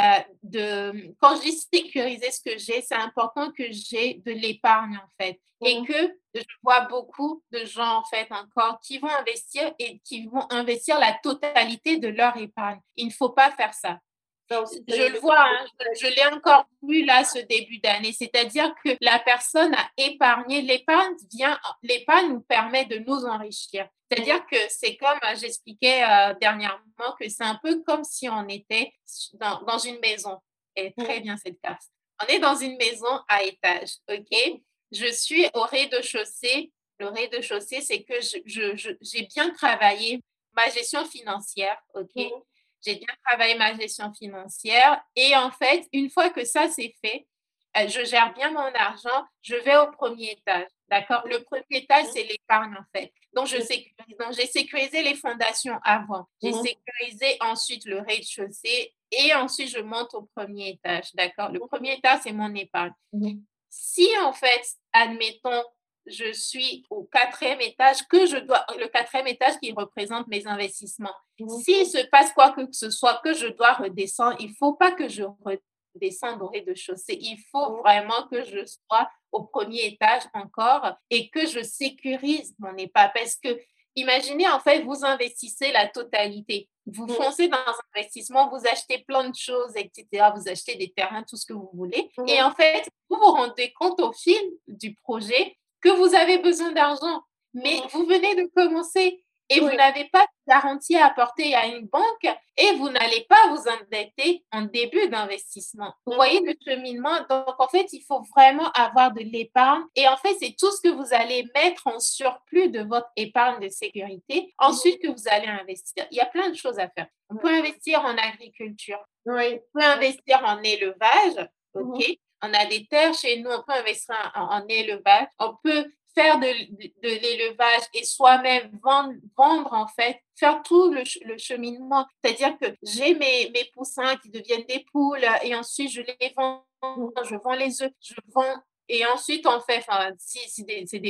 de, quand je dis sécuriser ce que j'ai, c'est important que j'ai de l'épargne, en fait, et mhm, que je vois beaucoup de gens, en fait, encore, qui vont investir et qui vont investir la totalité de leur épargne. Il ne faut pas faire ça. ça aussi, c'est Je une le vois, leçon de hein, je, je sagesse. l'ai encore vu là ce début d'année, c'est-à-dire que la personne a épargné. L'épargne vient, l'épargne nous permet de nous enrichir. Mhm, C'est-à-dire que c'est comme, euh, j'expliquais euh, dernièrement, que c'est un peu comme si on était dans, dans une maison. Et très mhm, bien cette carte. On est dans une maison à étage, ok? Je suis au rez-de-chaussée. Le rez-de-chaussée, c'est que je, je, je, j'ai bien travaillé ma gestion financière, ok? mhm, J'ai bien travaillé ma gestion financière et en fait, une fois que ça c'est fait, euh, je gère bien mon argent, je vais au premier étage. D'accord? Le premier étage, mhm, c'est l'épargne en fait. Donc, je mhm, sécurise. Donc, j'ai sécurisé les fondations avant. J'ai mhm, sécurisé ensuite le rez-de-chaussée et ensuite je monte au premier étage. D'accord? Le mhm, premier étage, c'est mon épargne. mhm, Si en fait, admettons, je suis au quatrième étage, que je dois, le quatrième étage qui représente mes investissements. mhm, S'il se passe quoi que ce soit, que je dois redescendre, il ne faut pas que je redescende au rez-de-chaussée. Il faut mhm, vraiment que je sois au premier étage encore et que je sécurise mon épargne. Parce que imaginez, en fait, vous investissez la totalité. Vous mhm, foncez dans un investissement, vous achetez plein de choses, et cetera. Vous achetez des terrains, tout ce que vous voulez. Et mhm, en fait, vous vous rendez compte au fil du projet que vous avez besoin d'argent. Mais mhm. vous venez de commencer et vous Oui. n'avez pas de garantie à apporter à une banque et vous n'allez pas vous endetter en début d'investissement. Vous voyez Mhm, le cheminement. Donc, en fait, il faut vraiment avoir de l'épargne. Et en fait, c'est tout ce que vous allez mettre en surplus de votre épargne de sécurité. mhm. Ensuite, que vous allez investir. Il y a plein de choses à faire. On peut investir en agriculture. Oui. On peut investir en élevage. OK? Mhm, On a des terres chez nous. On peut investir en, en élevage. On peut faire de, de, de l'élevage et soi-même vendre, vendre, en fait, faire tout le, le cheminement. C'est-à-dire que j'ai mes, mes poussins qui deviennent des poules et ensuite je les vends, mhm, je vends les œufs, je vends et ensuite on fait, enfin, si, si des, c'est des,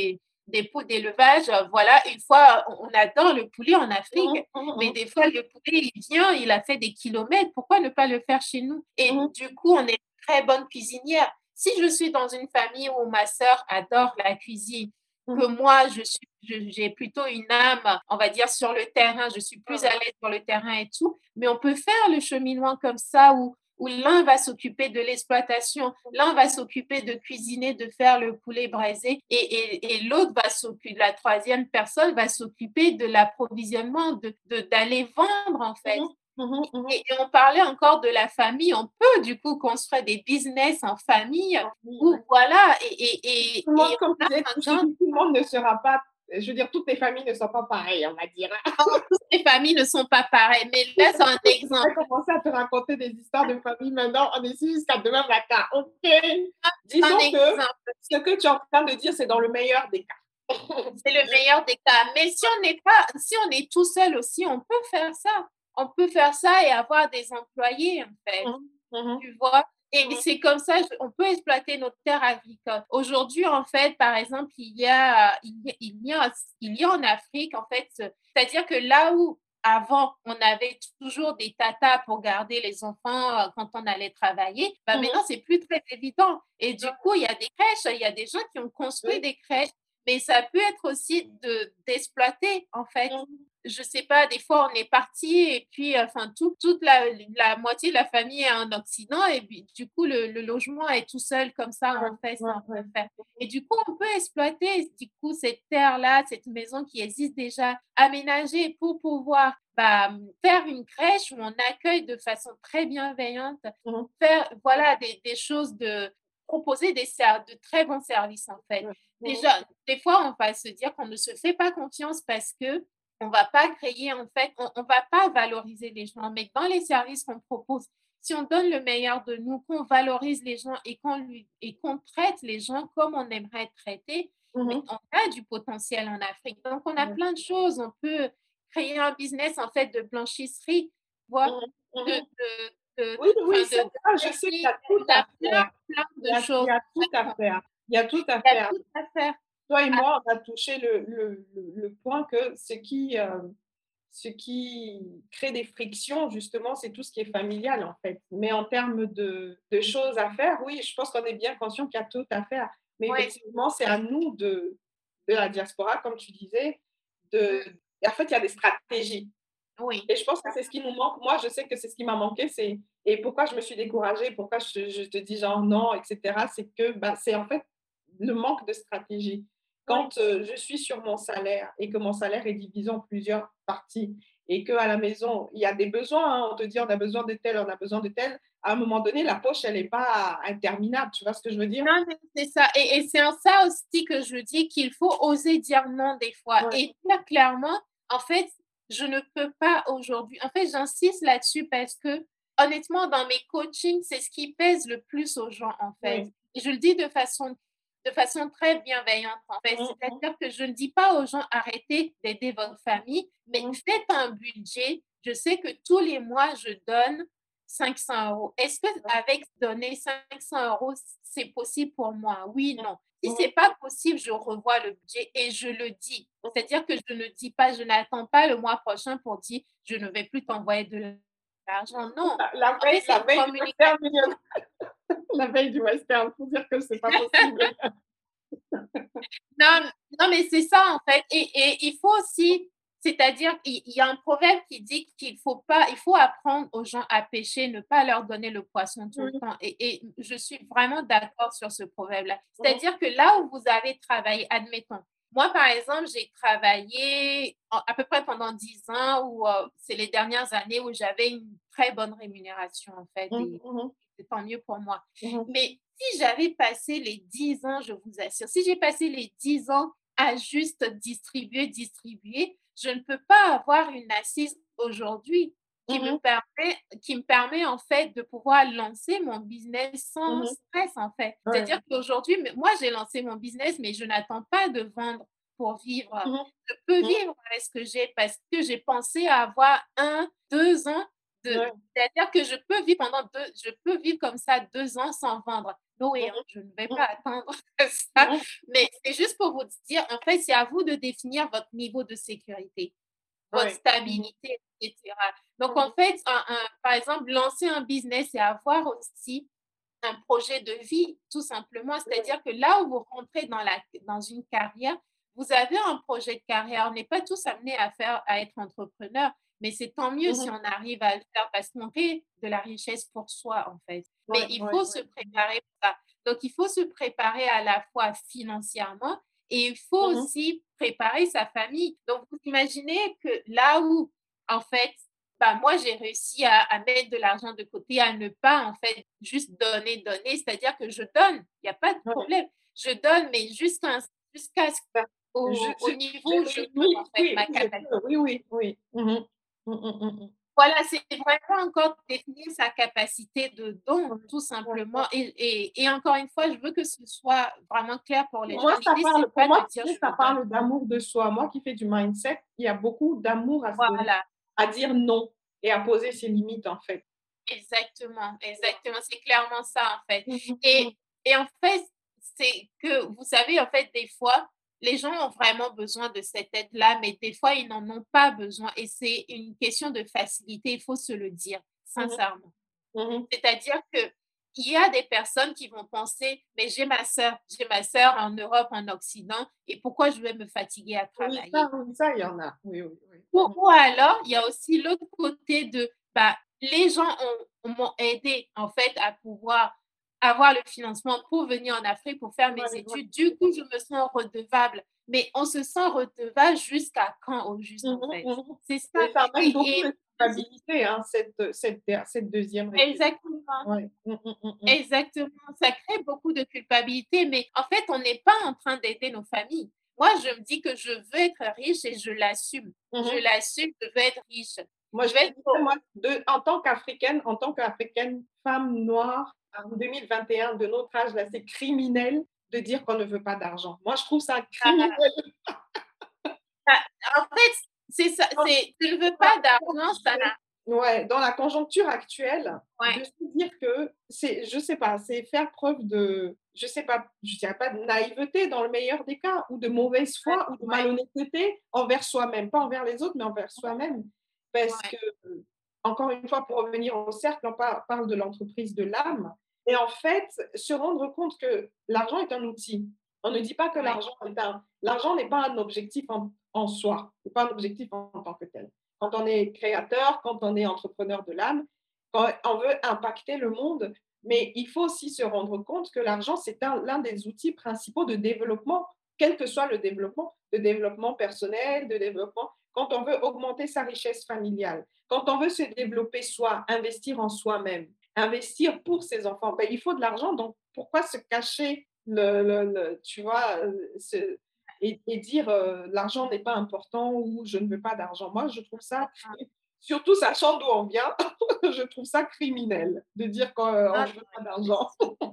des poules d'élevage, euh, voilà, une fois, on, on adore le poulet en Afrique, Mhm, mhm, mais mhm. des fois, le poulet, il vient, il a fait des kilomètres, pourquoi ne pas le faire chez nous? Et Mhm. du coup, on est très bonne cuisinière. Si je suis dans une famille où ma sœur adore la cuisine, que Mhm. moi, je suis, je- j'ai plutôt une âme, on va dire, sur le terrain, je suis plus Mhm. à l'aise sur le terrain et tout, mais on peut faire le cheminement comme ça où, où l'un va s'occuper de l'exploitation, l'un va s'occuper de cuisiner, de faire le poulet braisé, et, et, et l'autre va s'occuper, la troisième personne va s'occuper de l'approvisionnement, de, de, d'aller vendre en fait. Mhm. Mhm. Mhm. Et, et on parlait encore de la famille, on peut du coup construire des business en famille Oui, où ouais. voilà, et, et, Tout et, le monde, et comme on tu a disais, un tout, je te gain. dis, tout le monde ne sera pas, je veux dire, toutes les familles ne sont pas pareilles, on va dire. Toutes les familles ne sont pas pareilles, mais là, c'est un Je exemple. vais commencer à te raconter des histoires de famille maintenant. On est ici jusqu'à demain matin. OK. Un Disons que exemple. ce que tu es en train de dire, c'est dans le meilleur des cas. C'est le meilleur des cas. Mais si on n'est pas, si on est tout seul aussi, on peut faire ça. On peut faire ça et avoir des employés, en fait. Mhm. Mhm. Tu vois? Et Mhm. c'est comme ça, on peut exploiter nos terres agricoles. Aujourd'hui, en fait, par exemple, il y a, il y a, il y a, il y a en Afrique, en fait, c'est-à-dire que là où avant, on avait toujours des tatas pour garder les enfants euh, quand on allait travailler, bah Mhm. maintenant, c'est plus très évident. Et du coup, il y a des crèches, il y a des gens qui ont construit Oui. des crèches, mais ça peut être aussi de, d'exploiter, en fait. Mhm. Je sais pas, des fois on est parti et puis enfin tout, toute la, la moitié de la famille est en Occident et puis du coup le, le logement est tout seul comme ça Ouais, en fait ouais, sans ouais. rien faire. Et du coup on peut exploiter du coup cette terre-là, cette maison qui existe déjà, aménager pour pouvoir bah, faire une crèche où on accueille de façon très bienveillante, Mhm. faire voilà des, des choses de proposer des ser- de très bons services en fait. Ouais. Mhm. Déjà, des fois on va se dire qu'on ne se fait pas confiance parce que on va pas créer, en fait, on, on va pas valoriser les gens, mais dans les services qu'on propose, si on donne le meilleur de nous, qu'on valorise les gens et qu'on lui, et qu'on traite les gens comme on aimerait être traités, mais Mhm. on a du potentiel en Afrique. Donc, on a Ouais. plein de choses. On peut créer un business, en fait, de blanchisserie, tu vois, Mhm. de, Mhm. de, de, Oui, oui, enfin, ça, de, de ça, je sais qu'il y techniques. a tout On à a plein, faire. plein Il y de a, il y choses. a tout à faire. Il y a tout à Il y a faire. tout à faire. Toi et Ah, moi, on a touché le, le, le, le point que ce qui, euh, ce qui crée des frictions, justement, c'est tout ce qui est familial, en fait. Mais en termes de, de choses à faire, oui, je pense qu'on est bien conscient qu'il y a tout à faire. Mais ouais. effectivement, c'est à nous de, de la diaspora, comme tu disais, de... Mm, En fait, il y a des stratégies. oui. Et je pense que c'est ce qui nous manque. Moi, je sais que c'est ce qui m'a manqué. C'est... Et pourquoi je me suis découragée, pourquoi je, je te dis genre non, et cetera. C'est que bah, c'est en fait le manque de stratégie. Oui. Quand euh, je suis sur mon salaire et que mon salaire est divisé en plusieurs parties et qu'à la maison, il y a des besoins, hein, on te dit on a besoin de tel, on a besoin de tel, à un moment donné, la poche, elle n'est pas interminable. Tu vois ce que je veux dire? Non, mais c'est ça. Et, et c'est en ça aussi que je dis qu'il faut oser dire non des fois. Ouais. Et dire clairement, en fait, je ne peux pas aujourd'hui. En fait, j'insiste là-dessus parce que, honnêtement, dans mes coachings, c'est ce qui pèse le plus aux gens, en fait. Oui. Et je le dis de façon, de façon très bienveillante, en fait. Mhm, C'est-à-dire que je ne dis pas aux gens, arrêtez d'aider votre famille, mais mhm, faites un budget. Je sais que tous les mois, je donne cinq cents euros. Est-ce que avec donner cinq cents euros, c'est possible pour moi? Oui, non. Si mhm, c'est pas possible, je revois le budget et je le dis. C'est-à-dire que je ne dis pas, je n'attends pas le mois prochain pour dire, je ne vais plus t'envoyer de l'argent. Non. La, la En fait, veille, c'est la une veille du communication. western, la veille du western, pour dire que c'est pas possible. Non, non, mais c'est ça en fait. Et, et il faut aussi, c'est-à-dire, il, il y a un proverbe qui dit qu'il faut pas, il faut apprendre aux gens à pêcher, ne pas leur donner le poisson tout le Oui. temps. Et, et je suis vraiment d'accord sur ce proverbe-là. Mhm, C'est-à-dire que là où vous avez travaillé, admettons, moi par exemple, j'ai travaillé en- à peu près pendant dix ans, ou euh, c'est les dernières années où j'avais une très bonne rémunération en fait. mhm, Et mhm, c'est tant mieux pour moi. mhm, Mais si j'avais passé les dix ans, je vous assure, si j'ai passé les dix ans à juste distribuer, distribuer, je ne peux pas avoir une assise aujourd'hui qui me mhm, permet, qui me permet en fait de pouvoir lancer mon business sans mhm. stress en fait. Ouais. C'est-à-dire qu'aujourd'hui, mais- moi j'ai lancé mon business, mais je n'attends pas de vendre pour vivre. Mhm, Je peux mhm. vivre avec ce que j'ai parce que j'ai pensé à avoir un, deux ans de, Ouais. C'est-à-dire que je peux vivre pendant deux, je peux vivre comme ça deux ans sans vendre. Non, oui, hein, je ne vais pas attendre ça. Mhm. Mais c'est juste pour vous dire, en fait, c'est à vous de définir votre niveau de sécurité, votre Ouais. stabilité, et cetera. Donc, en fait, un- un- par exemple, lancer un business et avoir aussi un projet de vie, tout simplement. C'est-à-dire que là où vous rentrez dans, la, dans une carrière, vous avez un projet de carrière. On n'est pas tous amenés à, faire, à être entrepreneur, mais c'est tant mieux si Mhm. on arrive à le faire parce qu'on crée de la richesse pour soi, en fait. Mais Ouais, il ouais, faut ouais. se préparer pour ça. Donc, il faut se préparer à la fois financièrement et il faut Mhm. aussi préparer sa famille. Donc, vous imaginez que là où, en fait, bah, moi, j'ai réussi à, à mettre de l'argent de côté, à ne pas, en fait, juste donner, donner. C'est-à-dire que je donne, il n'y a pas de Ouais. problème. Je donne, mais jusqu'à jusqu'à ce- Ça, je, au, je, au niveau je- où je oui, peux, oui, en fait, oui, ma oui, je capacité. peux. Oui, oui, oui. Mhm. Mhm, mhm, mhm. Voilà, c'est vraiment encore définir sa capacité de don, Ouais, tout ouais, simplement. ouais. Et, et, et encore une fois, je veux que ce soit vraiment clair pour les Pour gens. moi, ça L'idée, parle, c'est pour pas moi, de dire tu sais, je ça donne. parle d'amour de soi. Moi qui fais du mindset, il y a beaucoup d'amour à se donner, Voilà, à dire non et à poser ses limites, en fait. exactement, exactement. C'est clairement ça, en fait. Mhm, mhm. Et, et en fait, c'est que, vous savez, en fait, des fois, les gens ont vraiment besoin de cette aide-là, mais des fois, ils n'en ont pas besoin. Et c'est une question de facilité, il faut se le dire, Mhm, sincèrement. mhm. C'est-à-dire que il y a des personnes qui vont penser, mais j'ai ma sœur, j'ai ma sœur en Europe, en Occident, et pourquoi je vais me fatiguer à Oui, ça, travailler? oui, ça, il y en a. Oui, oui, oui. Ou, Mhm. ou alors, il y a aussi l'autre côté de, bah, les gens ont- m'ont aidé en fait à pouvoir avoir le financement pour venir en Afrique pour faire mes Ouais, ouais. études. Du coup, je me sens redevable. Mais on se sent redevable jusqu'à quand au juste en Mhm, fait? mhm. C'est ça. Et ça amène beaucoup Et, de et culpabilité, hein, cette, cette, cette deuxième réflexion. exactement. Ouais. Mhm, mhm, mhm. Exactement, ça crée beaucoup de culpabilité, mais en fait, on n'est pas en train d'aider nos familles. Moi, je me dis que je veux être riche et je l'assume. Je Mhm. l'assume, je veux être riche. Moi, Je je vais te être... dirais, moi, de, en tant qu'Africaine, en tant qu'Africaine, femme noire, en deux mille vingt et un, de notre âge, là, c'est criminel de dire qu'on ne veut pas d'argent. Moi, je trouve ça criminel. En fait, c'est ça, c'est, tu ne veux pas d'argent, ça n'a... Ouais, dans la conjoncture actuelle, de Ouais, se dire que c'est, je sais pas, c'est faire preuve de, je sais pas, je dirais pas de naïveté dans le meilleur des cas, ou de mauvaise ouais, foi, ou de ouais, malhonnêteté envers soi-même, pas envers les autres, mais envers soi-même. Parce ouais. que, encore une fois, pour revenir au cercle, on par- parle de l'entreprise de l'âme. Et en fait, se rendre compte que l'argent est un outil. On ne dit pas que Ouais. l'argent est un, l'argent n'est pas un objectif en, en soi, n'est pas un objectif en, en tant que tel. Quand on est créateur, quand on est entrepreneur de l'âme, quand on veut impacter le monde, mais il faut aussi se rendre compte que l'argent, c'est un, l'un des outils principaux de développement, quel que soit le développement, de développement personnel, de développement, quand on veut augmenter sa richesse familiale, quand on veut se développer soi, investir en soi-même, investir pour ses enfants. Ben, il faut de l'argent, donc pourquoi se cacher le, le, le tu vois, ce, et, et dire euh, l'argent n'est pas important ou je ne veux pas d'argent. Moi, je trouve ça, surtout sachant d'où on vient, je trouve ça criminel de dire qu'on Non, ne non, veut pas d'argent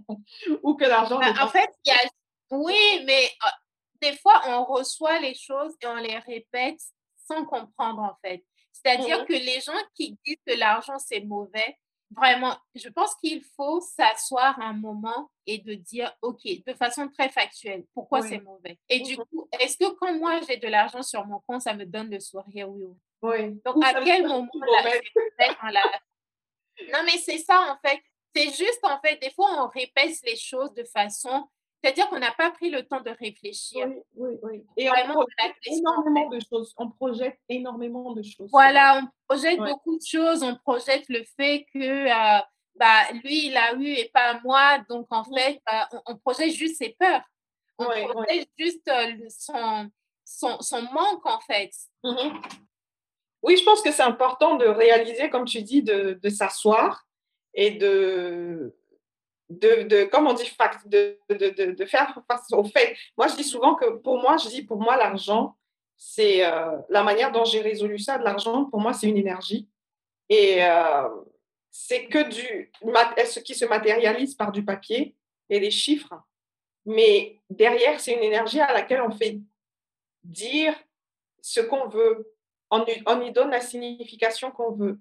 ou que l'argent bah, n'est en pas. fait, il y a... Oui, mais euh, des fois, on reçoit les choses et on les répète sans comprendre, en fait. C'est-à-dire Mhm. que les gens qui disent que l'argent, c'est mauvais, vraiment, je pense qu'il faut s'asseoir un moment et de dire, OK, de façon très factuelle, pourquoi c'est Oui. mauvais? Et du Mhm. coup, est-ce que quand moi, j'ai de l'argent sur mon compte, ça me donne le sourire, oui ou non? Oui. Donc, Ou à ça me quel fait moment une là, mauvaise. c'est mauvais dans la... Non, mais c'est ça, en fait. C'est juste, en fait, des fois, on répète les choses de façon... C'est-à-dire qu'on n'a pas pris le temps de réfléchir. Oui, oui, oui. Et on Vraiment de projette la question, en énormément fait. de choses. On projette énormément de choses sur l'argent. Voilà, on projette Ouais. beaucoup de choses. On projette le fait que euh, bah, lui, il a eu et pas moi. Donc, en Mhm. fait, bah, on, on projette juste ses peurs. On Ouais, ouais. projette juste euh, le- son, son, son manque, en fait. Mhm. Oui, je pense que c'est important de réaliser, comme tu dis, de, de s'asseoir et de, de, de, comme on dit, fact, de, de, de, de faire face aux faits. Moi, je dis souvent que pour moi, je dis pour moi, l'argent, c'est euh, la manière dont j'ai résolu ça. De l'argent, pour moi, c'est une énergie. Et euh, c'est que du, ce qui se matérialise par du papier et des chiffres. Mais derrière, c'est une énergie à laquelle on fait dire ce qu'on veut. On, on y donne la signification qu'on veut.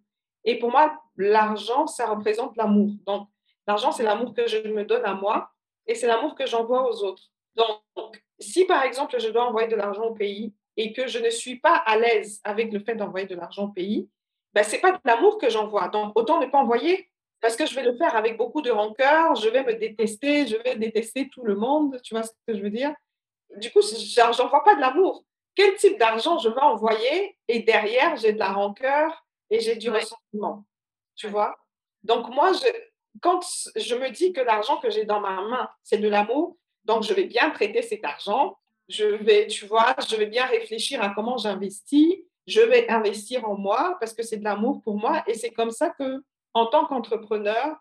Et pour moi, l'argent, ça représente l'amour. Donc, l'argent, c'est l'amour que je me donne à moi et c'est l'amour que j'envoie aux autres. Donc, si par exemple, je dois envoyer de l'argent au pays et que je ne suis pas à l'aise avec le fait d'envoyer de l'argent au pays, ben, ce n'est pas de l'amour que j'envoie. Donc, autant ne pas envoyer parce que je vais le faire avec beaucoup de rancœur, je vais me détester, je vais détester tout le monde, tu vois ce que je veux dire? Du coup, je n'envoie pas de l'amour. Quel type d'argent je vais envoyer et derrière, j'ai de la rancœur et j'ai du Ouais. ressentiment, tu Ouais. vois? Donc moi, je, quand je me dis que l'argent que j'ai dans ma main, c'est de l'amour, donc je vais bien traiter cet argent, je vais, tu vois, je vais bien réfléchir à comment j'investis, je vais investir en moi parce que c'est de l'amour pour moi et c'est comme ça que, en tant qu'entrepreneur,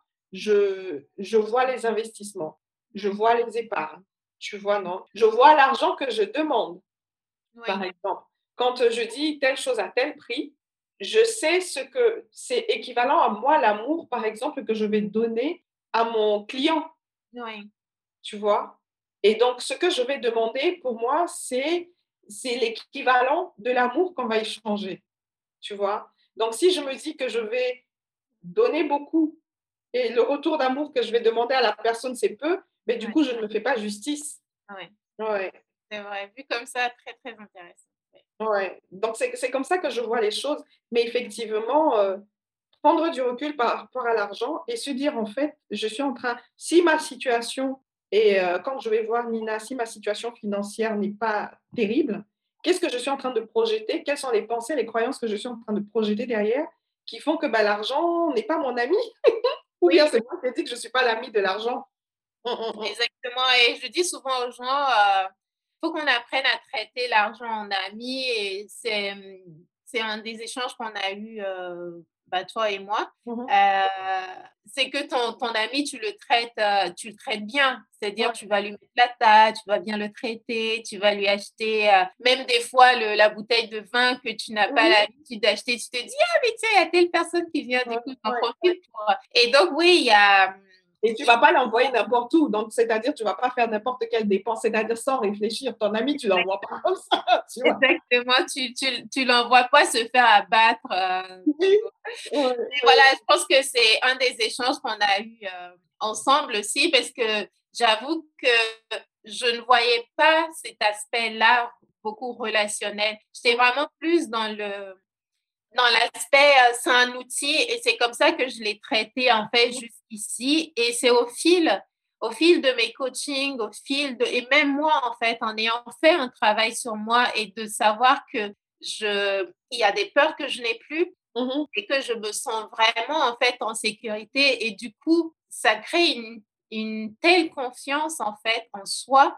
je, je vois les investissements, je vois les épargnes, tu vois, non? Je vois l'argent que je demande, par Oui. exemple. Quand je dis telle chose à tel prix, je sais ce que c'est équivalent à moi, l'amour, par exemple, que je vais donner à mon client, Oui. tu vois. Et donc, ce que je vais demander, pour moi, c'est, c'est l'équivalent de l'amour qu'on va échanger, tu vois. Donc, si je me dis que je vais donner beaucoup et le retour d'amour que je vais demander à la personne, c'est peu, mais du Ouais. coup, je ne me fais pas justice. Ouais. Ouais. C'est vrai. Vu comme ça, très, très intéressant. Ouais. Ouais, donc c'est c'est comme ça que je vois les choses. Mais effectivement, euh, prendre du recul par rapport à l'argent et se dire, en fait, je suis en train, si ma situation, et euh, quand je vais voir Nina, si ma situation financière n'est pas terrible, qu'est-ce que je suis en train de projeter? Quelles sont les pensées, les croyances que je suis en train de projeter derrière qui font que bah, l'argent n'est pas mon ami? Ou bien Oui, c'est moi qui ai dit que je ne suis pas l'ami de l'argent? Hum, hum, hum. exactement. Et je dis souvent aux gens, il faut qu'on apprenne à traiter l'argent en ami. Et c'est, c'est un des échanges qu'on a eu, euh, bah, toi et moi. Mhm. Euh, c'est que ton, ton ami, tu le traites, euh, tu le traites bien. C'est-à-dire, Ouais, tu vas lui mettre la table, tu vas bien le traiter, tu vas lui acheter, euh, même des fois, le, la bouteille de vin que tu n'as pas oui, l'habitude d'acheter, tu te dis, ah, mais tiens, il y a telle personne qui vient, du ouais, coup, j'en ouais. profite pour. Et donc, oui, il y a. Et tu ne vas pas l'envoyer n'importe où. Donc, c'est-à-dire, tu ne vas pas faire n'importe quelle dépense, c'est-à-dire sans réfléchir. Ton ami, tu ne l'envoies pas comme ça, tu vois. Exactement, tu, tu, tu l'envoies pas se faire abattre. Euh, Oui, oui, et oui. voilà, je pense que c'est un des échanges qu'on a eu euh, ensemble aussi, parce que j'avoue que je ne voyais pas cet aspect-là beaucoup relationnel. J'étais vraiment plus dans le dans l'aspect, euh, c'est un outil et c'est comme ça que je l'ai traité en fait jusqu'ici. Et c'est au fil, au fil de mes coachings, au fil de, et même moi en fait, en ayant fait un travail sur moi et de savoir que je, il y a des peurs que je n'ai plus Mhm. et que je me sens vraiment en fait en sécurité. Et du coup, ça crée une, une telle confiance en fait en soi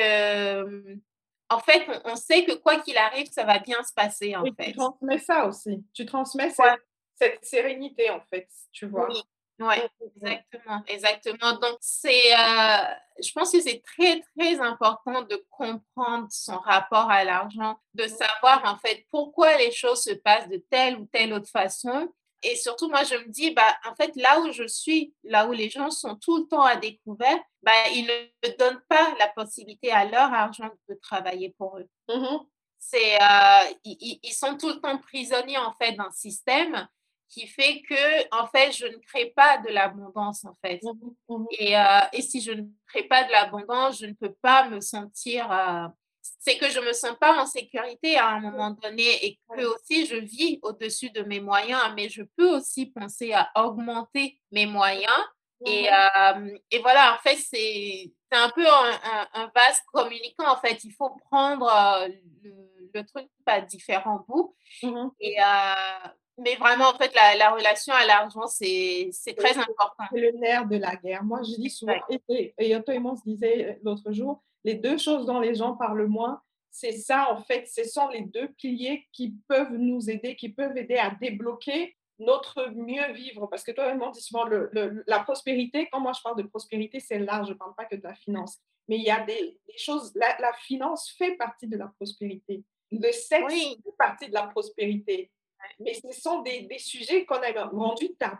que, en fait, on, on sait que quoi qu'il arrive, ça va bien se passer en Et tu fait. transmets ça aussi. Tu transmets Ouais. cette, cette sérénité, en fait, tu vois. Oui, ouais, Mhm, mhm. exactement, exactement. Donc, c'est, euh, je pense que c'est très, très important de comprendre son rapport à l'argent, de savoir en fait pourquoi les choses se passent de telle ou telle autre façon. Et surtout, moi, je me dis, bah, en fait, là où je suis, là où les gens sont tout le temps à découvert, bah, ils ne donnent pas la possibilité à leur argent de travailler pour eux. Mhm, C'est, euh, ils, ils sont tout le temps prisonniers en fait d'un système qui fait que en fait je ne crée pas de l'abondance en fait. mhm, mhm. Et, euh, et si je ne crée pas de l'abondance, je ne peux pas me sentir, euh, c'est que je me sens pas en sécurité à un moment donné et que Ouais. aussi je vis au-dessus de mes moyens, mais je peux aussi penser à augmenter mes moyens. Et, Mhm. euh, et voilà, en fait, c'est c'est un peu un, un, un vase communicant. En fait, il faut prendre euh, le, le truc à différents bouts. Mhm. Et, euh, mais vraiment, en fait, la, la relation à l'argent, c'est c'est C'est très important. c'est le nerf de la guerre. Moi, je dis souvent, Exact. et, et, et Otto et moi, on se disait l'autre jour, les deux choses dont les gens parlent moins, c'est ça, en fait, ce sont les deux piliers qui peuvent nous aider, qui peuvent aider à débloquer notre mieux vivre. Parce que toi et moi, on dit souvent le, le, la prospérité. Quand moi, je parle de prospérité, c'est large, je ne parle pas que de la finance. Mais il y a des, des choses, la, la finance fait partie de la prospérité. Le sexe Oui, fait partie de la prospérité. Mais ce sont des, des sujets qu'on a rendus tabous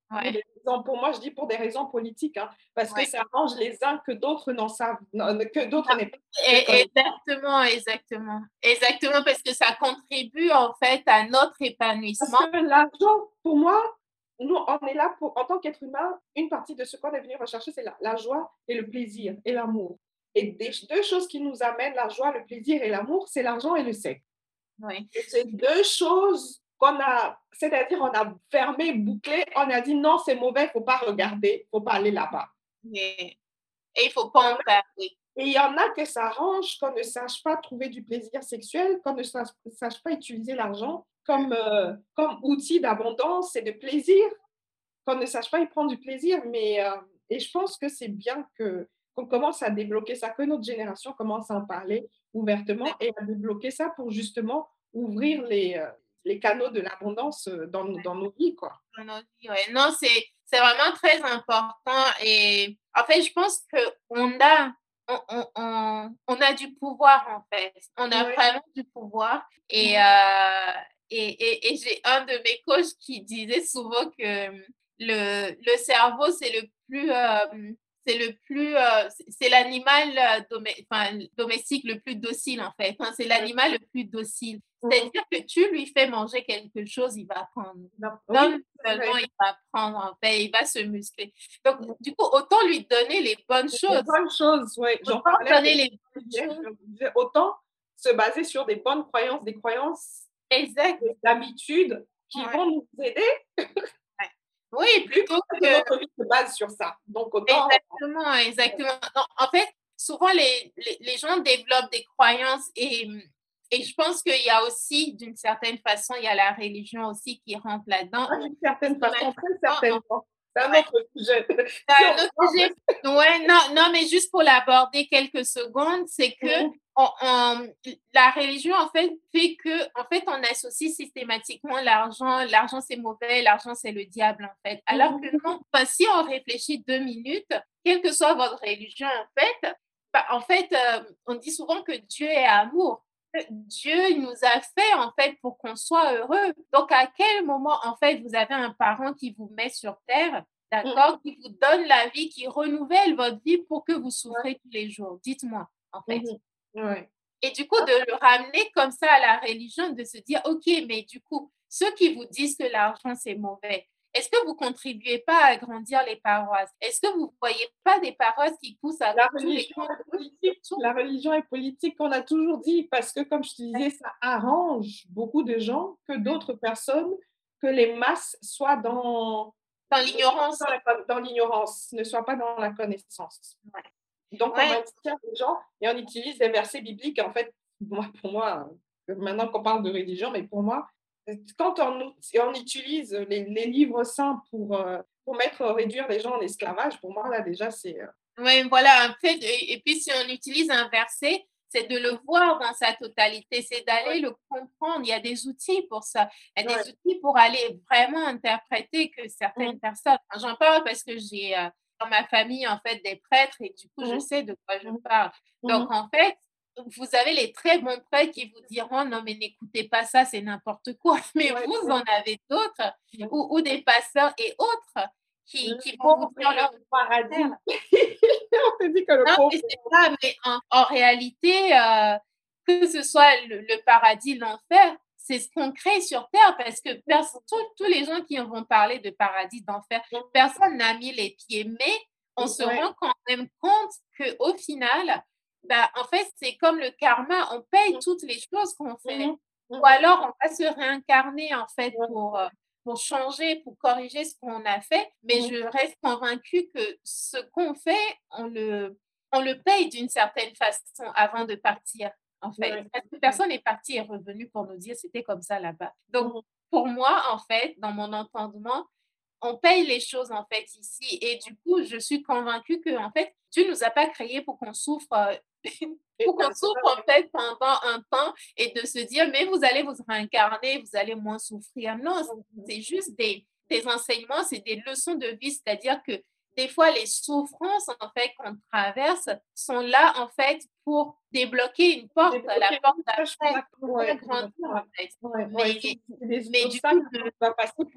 Pour, Ouais. des raisons, pour moi, je dis pour des raisons politiques, hein, parce que Ouais. ça arrange les uns que d'autres n'en savent, non, que d'autres Ah, n'aient pas de et- connaissances. exactement, exactement. Exactement, parce que ça contribue en fait à notre Parce épanouissement. que l'argent, pour moi, nous, on est là pour, en tant qu'être humain, une partie de ce qu'on est venu rechercher, c'est la, la joie et le plaisir et l'amour. Et des deux choses qui nous amènent la joie, le plaisir et l'amour, c'est l'argent et le sexe. Oui. Et c'est deux choses qu'on a, c'est-à-dire on a fermé, bouclé, on a dit non, c'est mauvais, il ne faut pas regarder, il ne faut pas aller là-bas. Et, et il ne faut pas en parler. Et il y en a que ça arrange qu'on ne sache pas trouver du plaisir sexuel, qu'on ne sache, sache pas utiliser l'argent comme, euh, comme outil d'abondance et de plaisir, qu'on ne sache pas y prendre du plaisir. Mais, euh, et je pense que c'est bien que, qu'on commence à débloquer ça, que notre génération commence à en parler ouvertement et à débloquer ça pour justement ouvrir les, euh, les canaux de l'abondance dans, dans nos vies, quoi. Dans nos vies, ouais. Non, c'est, c'est vraiment très important. Et en fait, je pense qu'on a, on, on, on, on a du pouvoir, en fait. On a Ouais. vraiment du pouvoir. Et, euh, et, et, et j'ai un de mes coachs qui disait souvent que le, le cerveau, c'est le plus... Euh, c'est le plus, euh, c'est l'animal euh, domé- enfin, domestique le plus docile en fait. Enfin, c'est l'animal le plus docile. C'est-à-dire que tu lui fais manger quelque chose, il va prendre. Non, Non oui, seulement ouais. il va prendre en fait, il va se muscler. Donc, du coup, autant lui donner les bonnes Les choses. bonnes choses, oui. J'en Autant parlais. donner les bonnes choses. Je disais, autant se baser sur des bonnes croyances, des croyances, Exact. des habitudes qui Ouais. vont nous aider. Ouais. Oui, plutôt que que... notre vie se base sur ça. Donc, autant. Exactement, exactement. Non, en fait, souvent, les, les, les gens développent des croyances et, et je pense qu'il y a aussi, d'une certaine façon, il y a la religion aussi qui rentre là-dedans. Pas d'une certaine façon, très certainement. C'est un Ouais. autre sujet. C'est Si un on autre parle sujet. Ouais, non, non, mais juste pour l'aborder quelques secondes, c'est que Mhm. on, on- la religion, en fait, fait que, en fait, on associe systématiquement l'argent. L'argent, c'est mauvais, l'argent, c'est le diable, en fait. Alors que non, enfin, si on réfléchit deux minutes, quelle que soit votre religion, en fait, bah, en fait, euh, on dit souvent que Dieu est amour. Dieu il nous a fait, en fait, pour qu'on soit heureux. Donc, à quel moment, en fait, vous avez un parent qui vous met sur terre, d'accord, qui vous donne la vie, qui renouvelle votre vie pour que vous souffrez tous les jours? Dites-moi, en fait. Mhm. Ouais. Et du coup, de le ramener comme ça à la religion, de se dire, OK, mais du coup, ceux qui vous disent que l'argent, c'est mauvais, est-ce que vous contribuez pas à agrandir les paroisses? Est-ce que vous ne voyez pas des paroisses qui poussent à La tous les religion coins? est politique. La religion est politique, on a toujours dit, parce que, comme je te disais, ça arrange beaucoup de gens que d'autres personnes, que les masses soient dans, Dans l'ignorance. dans, la- dans l'ignorance, ne soient pas dans la connaissance. Ouais. Donc, on Ouais. maintient les gens et on utilise des versets bibliques. En fait, moi, pour moi, maintenant qu'on parle de religion, mais pour moi, quand on, on utilise les, les livres saints pour, euh, pour mettre, réduire les gens en esclavage, pour moi, là, déjà, c'est... euh, Oui, voilà, en fait, et, et puis si on utilise un verset, c'est de le voir dans sa totalité, c'est d'aller le comprendre. Il y a des outils pour ça. Il y a des Ouais. outils pour aller vraiment interpréter que certaines Mm. personnes. J'en parle parce que j'ai euh, dans ma famille, en fait, des prêtres et du coup, je Mm. sais de quoi je Mm. parle. Donc, Mm. en fait, vous avez les très bons prêtres qui vous diront non, mais n'écoutez pas ça, c'est n'importe quoi. Mais Ouais. vous en avez d'autres Ouais. ou, ou des pasteurs et autres qui, Le qui vont vous dire pauvre le paradis. contraire. On te dit que le Non, pauvre. mais c'est ça, mais en, en réalité, euh, que ce soit le, le paradis, l'enfer, c'est ce qu'on crée sur Terre parce que pers- tous, tous les gens qui vont parler de paradis, d'enfer, personne n'a mis les pieds, mais on se Ouais. rend quand même compte qu'au final, bah, en fait, c'est comme le karma, on paye toutes les choses qu'on fait. Mhm. Ou alors, on va se réincarner, en fait, Ouais. pour, euh, pour changer, pour corriger ce qu'on a fait. Mais Mhm. je reste convaincue que ce qu'on fait, on le, on le paye d'une certaine façon avant de partir, en fait. Ouais. Parce que personne n'est parti et revenu pour nous dire c'était comme ça là-bas. Donc, Mhm. pour moi, en fait, dans mon entendement, on paye les choses, en fait, ici. Et du coup, je suis convaincue que, en fait, Dieu ne nous a pas créés pour qu'on souffre, euh, pour qu'on souffre, en fait, pendant un temps et de se dire, mais vous allez vous réincarner, vous allez moins souffrir. Non, c'est juste des, des enseignements, c'est des leçons de vie, c'est-à-dire que des fois, les souffrances, en fait, qu'on traverse sont là, en fait, pour débloquer une porte, Débloquer la porte ça, je suis d'après, d'accord. pour Ouais. grandir, en fait. Ouais, ouais. Mais, C'est c'est des mais du coup, obstacles je- qu'on va passer pour,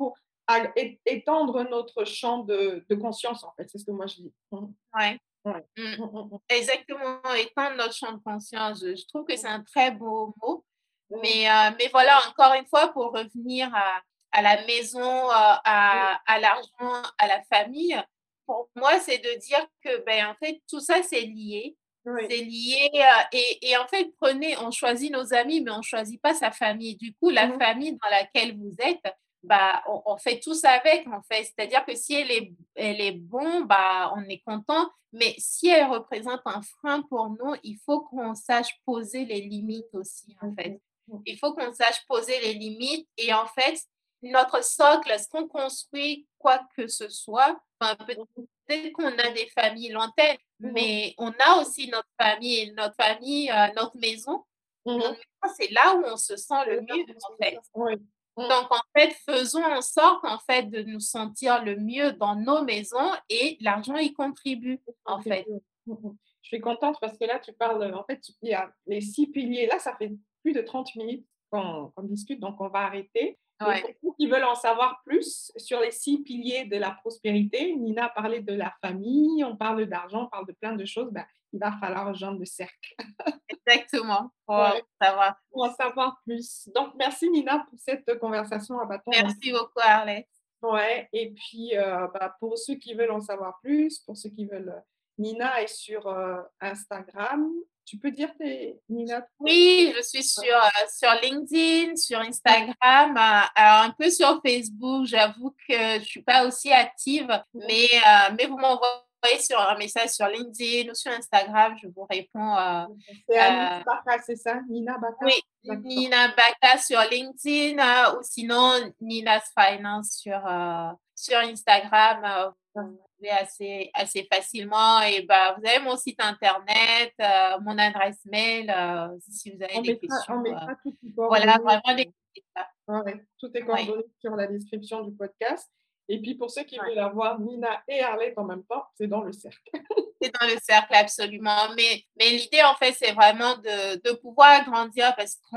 à é- étendre notre champ de, de conscience, en fait. C'est ce que moi je dis. Mhm. Ouais. Ouais. Mm. Mhm, Exactement, étendre notre champ de conscience. Je, je trouve que c'est un très beau mot. mhm, Mais, euh, mais voilà, encore une fois, pour revenir à, à la maison, euh, à, à l'argent, à la famille, pour moi, c'est de dire que, ben, en fait, tout ça, c'est lié. oui. C'est lié. euh, et, et en fait, prenez, on choisit nos amis, mais on ne choisit pas sa famille. Du coup, la Mhm. famille dans laquelle vous êtes, bah, on, on fait tous avec, en fait. C'est-à-dire que si elle est, elle est bonne, bah, on est content. Mais si elle représente un frein pour nous, il faut qu'on sache poser les limites aussi, en fait. Mhm. Il faut qu'on sache poser les limites et en fait, notre socle, ce qu'on construit, quoi que ce soit, enfin, peut-être qu'on a des familles lointaines, Mhm. mais on a aussi notre famille, notre famille, euh, notre maison. Mhm. Notre maison, c'est là où on se sent le mieux, en fait. Oui. Mhm. Donc, en fait, faisons en sorte, en fait, de nous sentir le mieux dans nos maisons et l'argent y contribue, en fait. Mhm. Je suis contente parce que là, tu parles, en fait, il y a les six piliers. Là, ça fait plus de trente minutes qu'on qu'on discute, donc on va arrêter. Mais Ouais. pour ceux qui veulent en savoir plus sur les six piliers de la prospérité, Nina a parlé de la famille, on parle d'argent, on parle de plein de choses. Ben, il va falloir rejoindre le cercle Exactement, pour Ouais. savoir. pour en savoir plus. Donc, merci Nina pour cette conversation à bâton. Merci beaucoup, Arlette. Ouais, et puis euh, bah, pour ceux qui veulent en savoir plus, pour ceux qui veulent, euh, Nina est sur euh, Instagram. Tu peux dire tes Nina? Oui, je suis sur, euh, sur LinkedIn, sur Instagram, euh, alors un peu sur Facebook. J'avoue que je ne suis pas aussi active, mais, euh, mais vous m'envoyez sur un message sur LinkedIn ou sur Instagram, je vous réponds. Euh, C'est euh, Annie Baka, c'est ça? Nina Baka? oui, D'accord. Nina Baka sur LinkedIn euh, ou sinon Nina's Finance sur, euh, sur Instagram. Euh, vous trouvez assez, assez facilement. Et bah, vous avez mon site internet, euh, mon adresse mail, euh, si vous avez On des mettra, questions. on euh, mettra toutes les voilà, coordonnées. vraiment n'hésitez pas. Ouais, toutes les Oui, coordonnées sur la description du podcast. Et puis pour ceux qui ouais. veulent avoir Nina et Arlette en même temps, c'est dans le cercle. C'est dans le cercle, absolument. Mais, mais l'idée, en fait, c'est vraiment de, de pouvoir grandir parce qu'on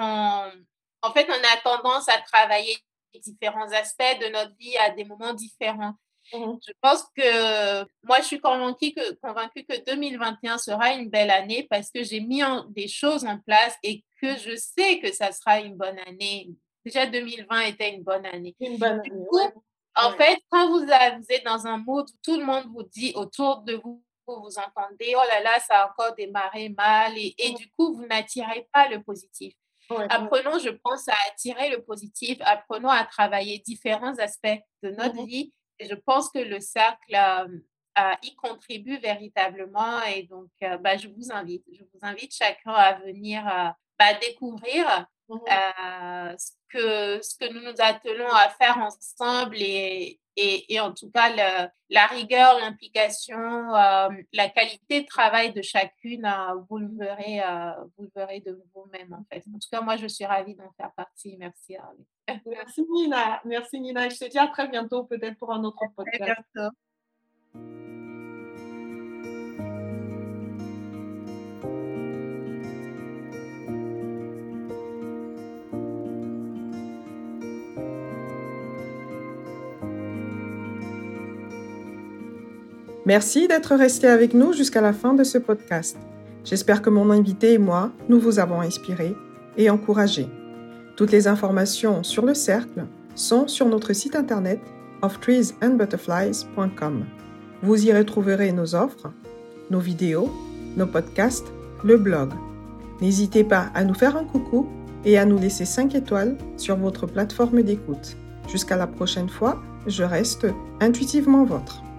en fait, on a tendance à travailler différents aspects de notre vie à des moments différents. Mhm. Je pense que moi, je suis convaincue que, convaincue que deux mille vingt et un sera une belle année parce que j'ai mis en, des choses en place et que je sais que ça sera une bonne année. Déjà, deux mille vingt était une bonne année. Une bonne Du année, coup, ouais. en Ouais. fait, quand vous, avez- vous êtes dans un mood où tout le monde vous dit autour de vous, vous vous entendez, oh là là, ça a encore démarré mal et, et Mhm. du coup, vous n'attirez pas le positif. Ouais, ouais. Apprenons, je pense, à attirer le positif, apprenons à travailler différents aspects de notre Mhm. vie. Et je pense que le cercle euh, euh, y contribue véritablement. Et donc, euh, bah, je vous invite, je vous invite chacun à venir euh, bah, découvrir Mhm. euh, ce que, ce que nous nous attelons à faire ensemble et, et, et en tout cas le, la rigueur, l'implication, euh, la qualité de travail de chacune, euh, vous le verrez, euh, vous le verrez de vous-même en fait. En tout cas, moi, je suis ravie d'en faire partie. Merci, Arlette. Merci Nina. Merci Nina. Et je te dis à très bientôt, peut-être pour un autre À podcast. très bientôt. Merci d'être resté avec nous jusqu'à la fin de ce podcast. J'espère que mon invité et moi, nous vous avons inspiré et encouragé. Toutes les informations sur le cercle sont sur notre site internet of trees and butterflies point com. Vous y retrouverez nos offres, nos vidéos, nos podcasts, le blog. N'hésitez pas à nous faire un coucou et à nous laisser cinq étoiles sur votre plateforme d'écoute. Jusqu'à la prochaine fois, je reste intuitivement vôtre.